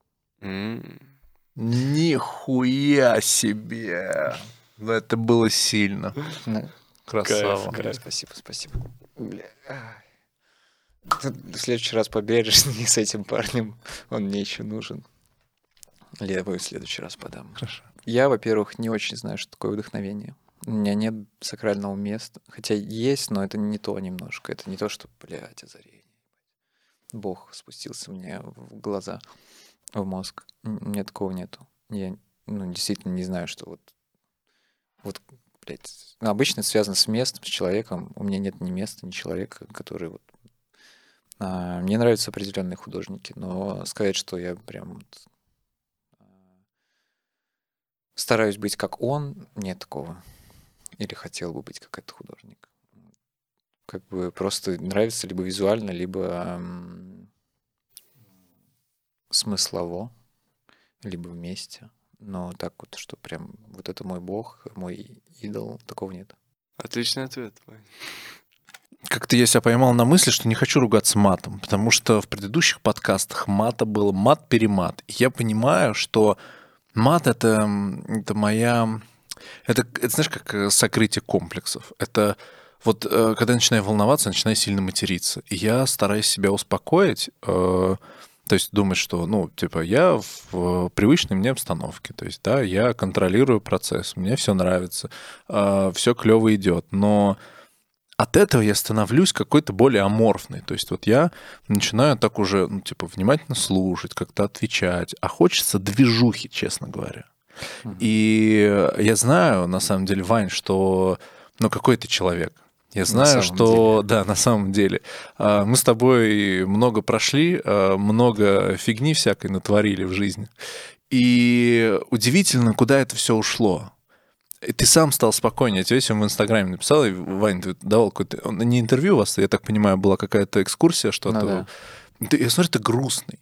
B: Нихуя себе! Да, это было сильно.
C: Ну,
B: Красава.
A: Кайф.
C: Спасибо. Бля. Ты в следующий раз побежишь не с этим парнем, он мне еще нужен. Или я его в следующий раз подам.
B: Хорошо.
C: Я, во-первых, не очень знаю, что такое вдохновение. У меня нет сакрального места. Хотя есть, но это не то немножко. Это не то, что, блядь, озарение. Бог спустился мне в глаза, в мозг. У меня такого нету. Я действительно не знаю, что вот, блядь. Обычно это связано с местом, с человеком. У меня нет ни места, ни человека, который вот... Мне нравятся определенные художники, но сказать, что я прям вот стараюсь быть как он, нет такого. Или хотел бы быть как этот художник. как бы просто нравится либо визуально, либо смыслово, либо вместе. Но так вот, что прям вот это мой бог, мой идол, такого нет.
A: Отличный ответ, Вань.
B: Как-то я себя поймал на мысли, что не хочу ругаться матом, потому что в предыдущих подкастах мата было мат-перемат. И я понимаю, что мат — это моя... Это, знаешь, как сокрытие комплексов. Это вот когда я начинаю волноваться, начинаю сильно материться. И я стараюсь себя успокоить, то есть думать, что, ну, типа, я в привычной мне обстановке. То есть, да, я контролирую процесс, мне все нравится, все клево идет. Но от этого я становлюсь какой-то более аморфный. То есть вот я начинаю так уже, ну, типа, внимательно слушать, как-то отвечать. А хочется движухи, честно говоря. И я знаю, на самом деле, Вань, что, ну, какой ты человек. Я знаю, что, да, на самом деле. Мы с тобой много прошли, много фигни всякой натворили в жизни. И удивительно, куда это все ушло. И ты сам стал спокойнее. Я тебе сегодня в Инстаграме написал, и, Вань, ты давал какое-то... Не интервью у вас, я так понимаю, была какая-то экскурсия, что-то. Ну, да. Я смотрю, ты грустный.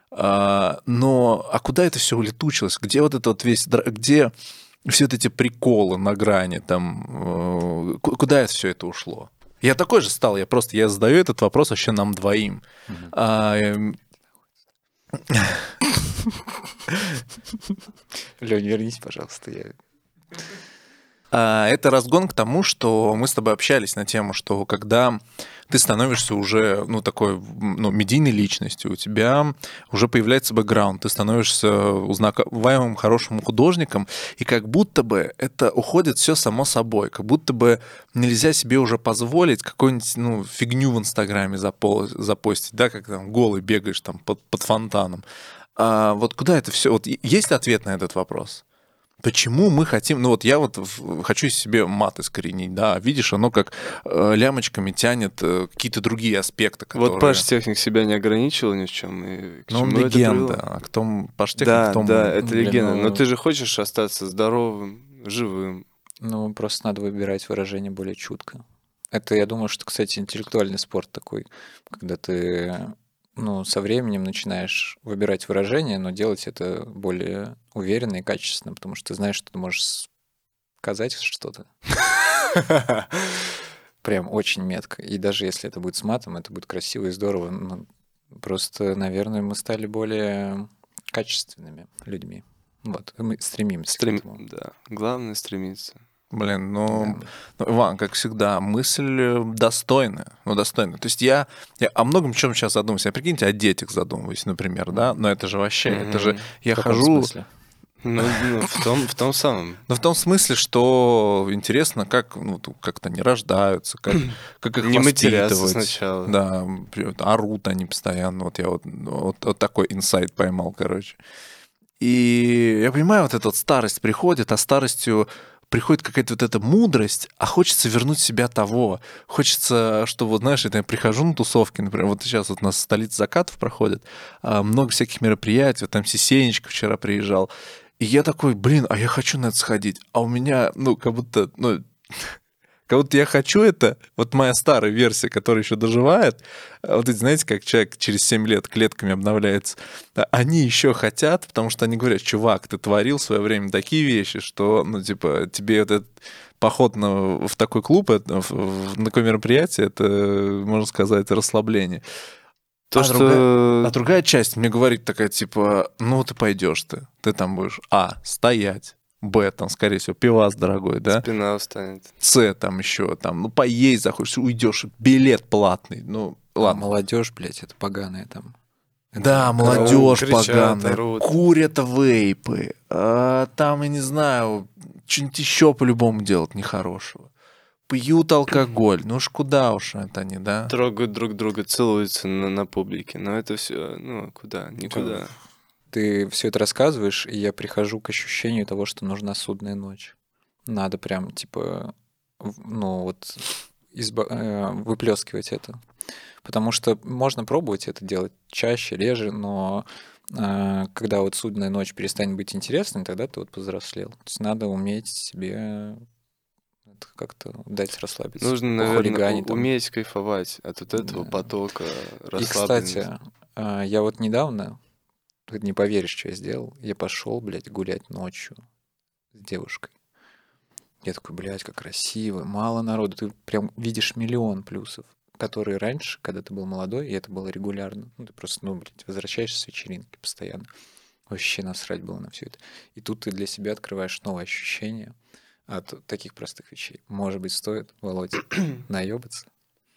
B: Но куда это все улетучилось? Где вот это вот весь... Где все вот эти приколы на грани? Там, куда это все это ушло? Я такой же стал. Я задаю этот вопрос вообще нам двоим.
C: Лёнь, вернись, пожалуйста.
B: Это разгон к тому, что мы с тобой общались на тему, что когда ты становишься уже, ну, такой, ну, медийной личностью, у тебя уже появляется бэкграунд, ты становишься узнаваемым хорошим художником, и как будто бы это уходит все само собой, как будто бы нельзя себе уже позволить какую-нибудь, ну, фигню в Инстаграме запостить, да, как там голый бегаешь там под фонтаном. Вот куда это все? Вот есть ответ на этот вопрос? Почему мы хотим... Ну вот я вот хочу себе мат искоренить, да, видишь, оно как лямочками тянет какие-то другие аспекты, которые...
A: Вот Паш Техник себя не ограничивал ни в чем. И к
B: ну, он
A: чему это
B: легенда.
A: привело?
B: А кто Паш Техник,
A: Да,
B: кто мы?
A: да, это
C: Блин,
A: легенда.
C: ну-
A: Но ты же хочешь остаться здоровым, живым.
C: Ну, просто надо выбирать выражение более чутко. Это, я думаю, что, кстати, интеллектуальный спорт такой, когда ты, ну, со временем начинаешь выбирать выражение, но делать это более уверенно и качественно, потому что ты знаешь, что ты можешь сказать что-то прям очень метко. И даже если это будет с матом, это будет красиво и здорово. Ну, просто, наверное, мы стали более качественными людьми. Вот, и мы стремимся к этому.
A: Да, главное стремиться.
B: Блин,
C: Да.
B: ну, Иван, как всегда, мысль достойная. Ну, достойная. То есть я о многом чем сейчас задумываюсь. Я, прикиньте, о детях задумываюсь, например, да? Но это же вообще, это же... Я
C: В каком
B: хожу...
C: смысле?
A: Ну, в том самом.
B: Но в том смысле, что интересно, как, ну, как-то они рождаются, как их
A: Не матерятся
B: воспитывать.
A: сначала.
B: Да, орут они постоянно. Вот я вот такой инсайт поймал, короче. И я понимаю, вот эта вот старость приходит, а старостью приходит какая-то вот эта мудрость, а хочется вернуть себя того. Хочется, что вот, знаешь, я прихожу на тусовки, например, вот сейчас вот у нас столица закатов проходит, много всяких мероприятий, вот там Сисенечка вчера приезжал, и я такой, блин, а я хочу на это сходить, а у меня, ну, как будто я хочу это, вот моя старая версия, которая еще доживает, вот эти, знаете, как человек через 7 лет клетками обновляется, они еще хотят, потому что они говорят, чувак, ты творил в свое время такие вещи, что, ну, типа, тебе вот этот поход в такой клуб, на такое мероприятие, это, можно сказать, расслабление. Другая часть мне говорит такая, типа, ну, ты пойдешь ты там будешь, стоять, Б, там, скорее всего, пивас дорогой, да?
A: Спина устанет.
B: С, там еще, там, ну, поесть захочешь, уйдешь, билет платный, ну, ладно.
C: Молодежь, блядь, это поганая там.
B: Да, молодежь
A: кричат,
B: поганая,
A: орут.
B: курят вейпы, там, я не знаю, что-нибудь еще по-любому делать нехорошего. Пьют алкоголь, ну уж куда уж это они, да?
A: Трогают друг друга, целуются на публике. Но это все, ну, куда? Никуда.
C: Ты все это рассказываешь, и я прихожу к ощущению того, что нужна судная ночь. Надо прям, типа, ну вот, выплескивать это. Потому что можно пробовать это делать чаще, реже, но когда вот судная ночь перестанет быть интересной, тогда ты вот повзрослел. То есть надо уметь себе это как-то дать расслабиться.
A: Нужно, наверное,
C: похулиганить там.
A: уметь кайфовать от этого
C: Да.
A: потока
C: И,
A: расслабленности.
C: кстати, я вот недавно, ты не поверишь, что я сделал, я пошел, блядь, гулять ночью с девушкой. Я такой, блядь, как красиво, мало народу, ты прям видишь миллион плюсов, которые раньше, когда ты был молодой, и это было регулярно, ну, ты просто, блядь, возвращаешься с вечеринки постоянно, вообще насрать было на все это. И тут ты для себя открываешь новые ощущения от таких простых вещей. Может быть, стоит, Володь, наебаться?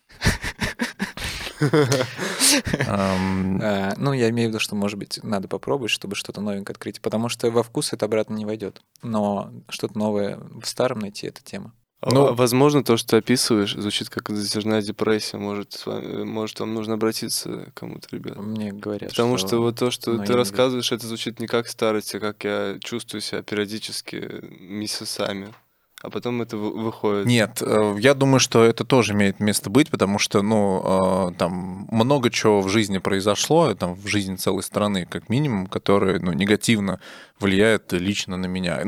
C: Ну, я имею в виду, что, может быть, надо попробовать, чтобы что-то новенькое открыть, потому что во вкус это обратно не войдет. Но что-то новое в старом найти — это тема.
A: Возможно, то, что ты описываешь, звучит как затяжная депрессия. Может, вам нужно обратиться к кому-то, ребят.
C: Мне говорят,
A: Потому что вот то, что
C: но
A: ты
C: я не
A: рассказываешь, это звучит не как старость, а как я чувствую себя периодически месяцами. А потом это выходит.
B: Нет, я думаю, что это тоже имеет место быть, потому что, там много чего в жизни произошло, там, в жизни целой страны, как минимум, которые, негативно влияет лично на меня.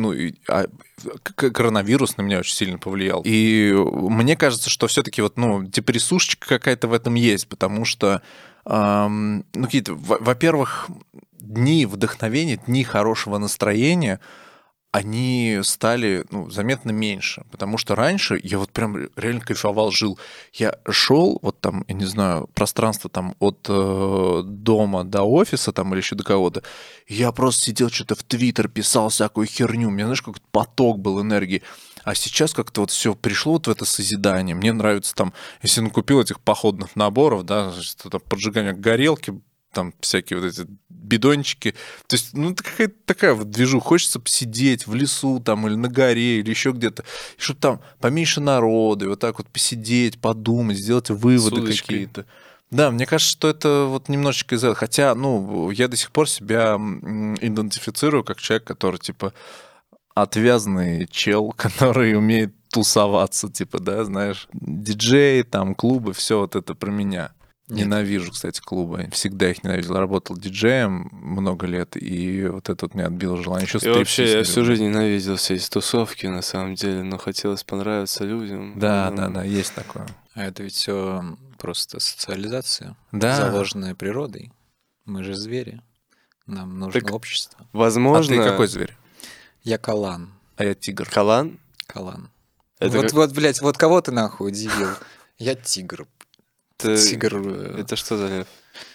B: Коронавирус на меня очень сильно повлиял. И мне кажется, что все-таки депрессушечка какая-то в этом есть, потому что, какие-то, во-первых, дни вдохновения, дни хорошего настроения, они стали заметно меньше. Потому что раньше я вот прям реально кайфовал, жил. Я шел, вот там, я не знаю, пространство там от дома до офиса там или еще до кого-то, я просто сидел, что-то в Твиттер писал всякую херню. У меня, знаешь, какой-то поток был энергии. А сейчас как-то вот все пришло вот в это созидание. Мне нравится там, если купил этих походных наборов, да, что-то поджигание горелки, там всякие вот эти бидончики. То есть, это какая-то такая вот движуха. Хочется посидеть в лесу там или на горе, или еще где-то. И чтобы там поменьше народу, и вот так вот посидеть, подумать, сделать выводы какие-то. Да, мне кажется, что это вот немножечко из-за этого. Хотя, я до сих пор себя идентифицирую как человек, который, типа, отвязный чел, который умеет тусоваться, типа, да, знаешь, диджей, там, клубы, все вот это про меня. Нет. Ненавижу, кстати, клубы. Всегда их ненавидел. Работал диджеем много лет, и вот это вот меня отбило желание. Еще
A: и вообще, я всю жизнь ненавидел все эти тусовки, на самом деле, но хотелось понравиться людям.
B: Да, есть такое.
C: А это ведь все просто социализация, заложенная природой. Мы же звери. Нам нужно общество.
A: Возможно...
B: А ты какой зверь?
C: Я калан.
B: А я тигр.
A: Калан?
C: Калан. Блядь, вот кого ты нахуй удивил? Я тигр. Тигр.
A: Это что за лев?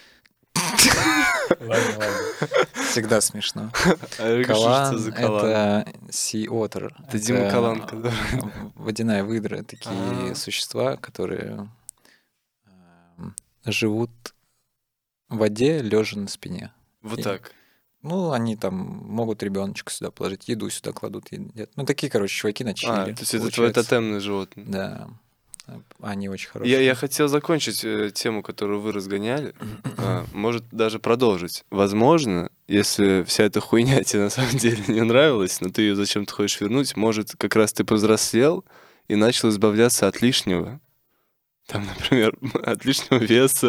C: Ладно. Всегда смешно. Калан — это sea otter.
A: Это Дима Калан.
C: Водяная выдра. Такие существа, которые живут в воде, лежа на спине.
A: Вот так.
C: Они там могут ребеночка сюда положить, еду сюда кладут, едят. Такие, чуваки на чили.
A: То есть это твое тотемное животное.
C: Да. Они очень хорошие.
A: Я хотел закончить тему, которую вы разгоняли. Может, даже продолжить. Возможно, если вся эта хуйня тебе на самом деле не нравилась, но ты ее зачем-то хочешь вернуть, может, как раз ты повзрослел и начал избавляться от лишнего. Там, например, от лишнего веса,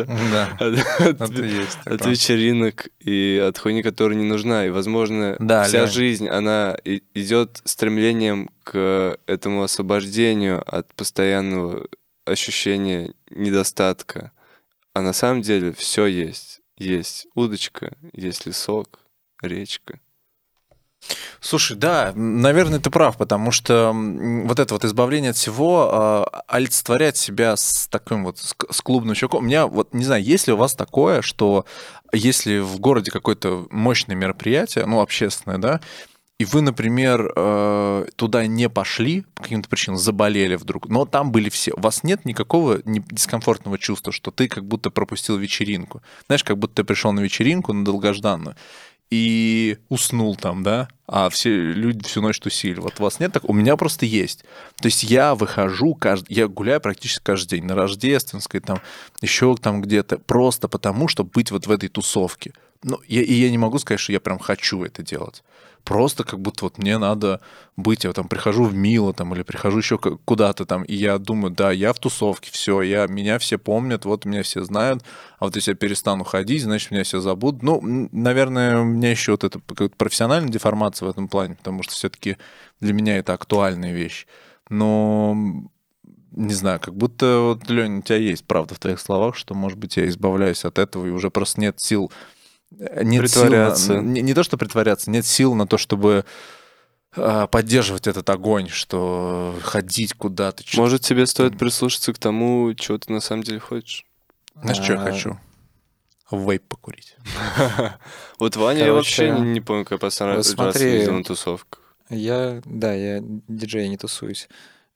A: от вечеринок и от хуйни, которая не нужна. И, возможно, вся жизнь, она идет стремлением к этому освобождению от постоянного ощущения недостатка. А на самом деле все есть. Есть удочка, есть лесок, речка.
B: Слушай, да, наверное, ты прав, потому что вот это вот избавление от всего, олицетворять себя с таким вот, с клубным чуваком. У меня вот, не знаю, есть ли у вас такое, что если в городе какое-то мощное мероприятие, общественное, да, и вы, например, туда не пошли, по каким-то причинам заболели вдруг, но там были все. У вас нет никакого дискомфортного чувства, что ты как будто пропустил вечеринку. Знаешь, как будто ты пришел на вечеринку, на долгожданную, и уснул там, да, а все люди всю ночь тусили. Вот у вас нет такого? У меня просто есть. То есть я выхожу, я гуляю практически каждый день на Рождественской, там, еще там где-то, просто потому, чтобы быть вот в этой тусовке. Я не могу сказать, что я прям хочу это делать. Просто как будто вот мне надо быть, я там прихожу в Мило там, или прихожу еще куда-то там, и я думаю, да, я в тусовке, все, меня все помнят, вот меня все знают, а вот если я перестану ходить, значит, меня все забудут. Наверное, у меня еще вот это профессиональная деформация в этом плане, потому что все-таки для меня это актуальная вещь. но не знаю, как будто вот, Лёнь, у тебя есть правда в твоих словах, что, может быть, я избавляюсь от этого, и уже просто нет сил...
A: Притворяться.
B: Не то, что притворяться, нет сил на то, чтобы поддерживать этот огонь, что ходить куда-то.
A: Может, тебе стоит прислушаться к тому, чего ты на самом деле хочешь?
B: Знаешь, что я хочу? Вейп покурить.
A: Вот Ваня, я
C: Короче,
A: вообще не помню, как я последний
C: вот
A: раз
C: смотри,
A: видел на тусовках.
C: Я диджей, не тусуюсь.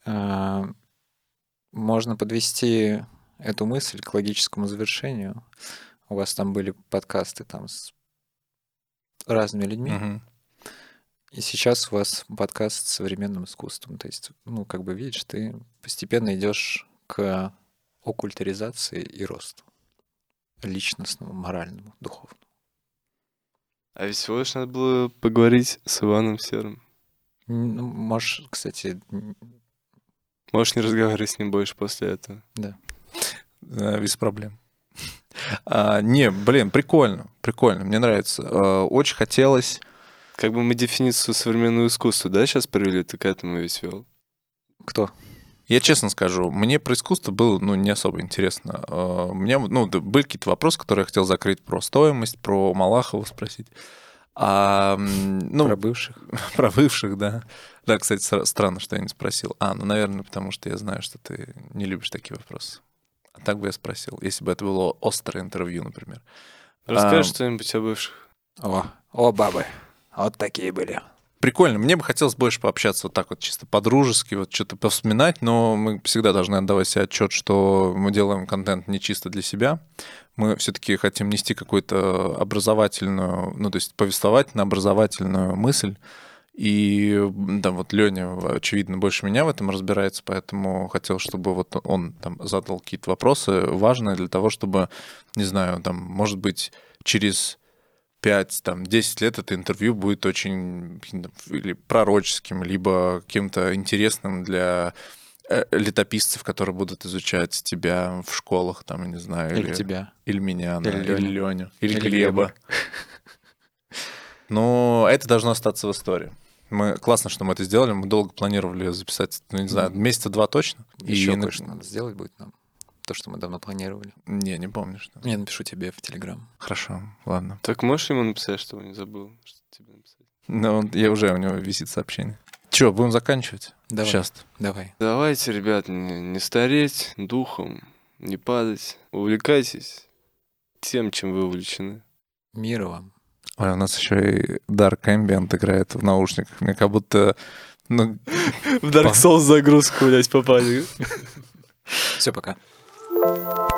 C: Можно подвести эту мысль к логическому завершению. У вас там были подкасты там с разными людьми.
B: Мгм.
C: И сейчас у вас подкаст с современным искусством. То есть, ну, как бы видишь, ты постепенно идешь к оккультуризации и росту личностному, моральному, духовному.
A: А ведь всего лишь надо было поговорить с Иваном Серым.
C: Ну, можешь, кстати,
A: Можешь не разговаривать с ним больше после этого.
C: да.
B: Без проблем. Не, блин, прикольно, мне нравится. Очень хотелось...
A: Как бы мы дефиницию современного искусства, да, сейчас привели, ты к этому весь вел?
C: Кто?
B: Я честно скажу, мне про искусство было, не особо интересно. У меня, были какие-то вопросы, которые я хотел закрыть про стоимость, про Малахова спросить.
C: Про бывших?
B: Про бывших, да. Да, кстати, странно, что я не спросил. Наверное, потому что я знаю, что ты не любишь такие вопросы. А так бы я спросил, если бы это было острое интервью, например.
A: Расскажи что-нибудь о бывших.
C: О, бабы. Вот такие были.
B: Прикольно. Мне бы хотелось больше пообщаться вот так вот чисто по-дружески, вот что-то повспоминать, но мы всегда должны отдавать себе отчет, что мы делаем контент не чисто для себя. Мы все-таки хотим нести какую-то образовательную, то есть повествовательно-образовательную мысль. И да, вот Лёня, очевидно, больше меня в этом разбирается, поэтому хотел, чтобы вот он там задал какие-то вопросы важные для того, чтобы, не знаю, там, может быть, через 5-10 лет это интервью будет очень или пророческим, либо каким-то интересным для летописцев, которые будут изучать тебя в школах, там, я не знаю.
C: Или тебя.
B: Или меня,
C: Или
B: да,
C: Лёню.
B: или Лёню. Или
C: Или
B: Глеба. Но это должно остаться в истории. Классно, что мы это сделали. Мы долго планировали записать, не знаю, месяца 2 точно.
C: Еще кое-что надо сделать будет нам. То, что мы давно планировали.
B: Не помню, что.
C: Я напишу тебе в Телеграм.
B: Хорошо, ладно.
A: Так можешь ему написать, чтобы не забыл, что тебе написать?
B: Я уже, у него висит сообщение. Че, будем заканчивать?
C: Давай.
B: Сейчас.
C: Давай.
A: Давайте, ребят, не стареть духом, не падать. Увлекайтесь тем, чем вы увлечены.
C: Мира вам.
B: Ой, у нас еще и Dark Ambient играет в наушниках. Мне как будто...
A: В Dark Souls загрузку, блядь, попали.
C: Все, пока.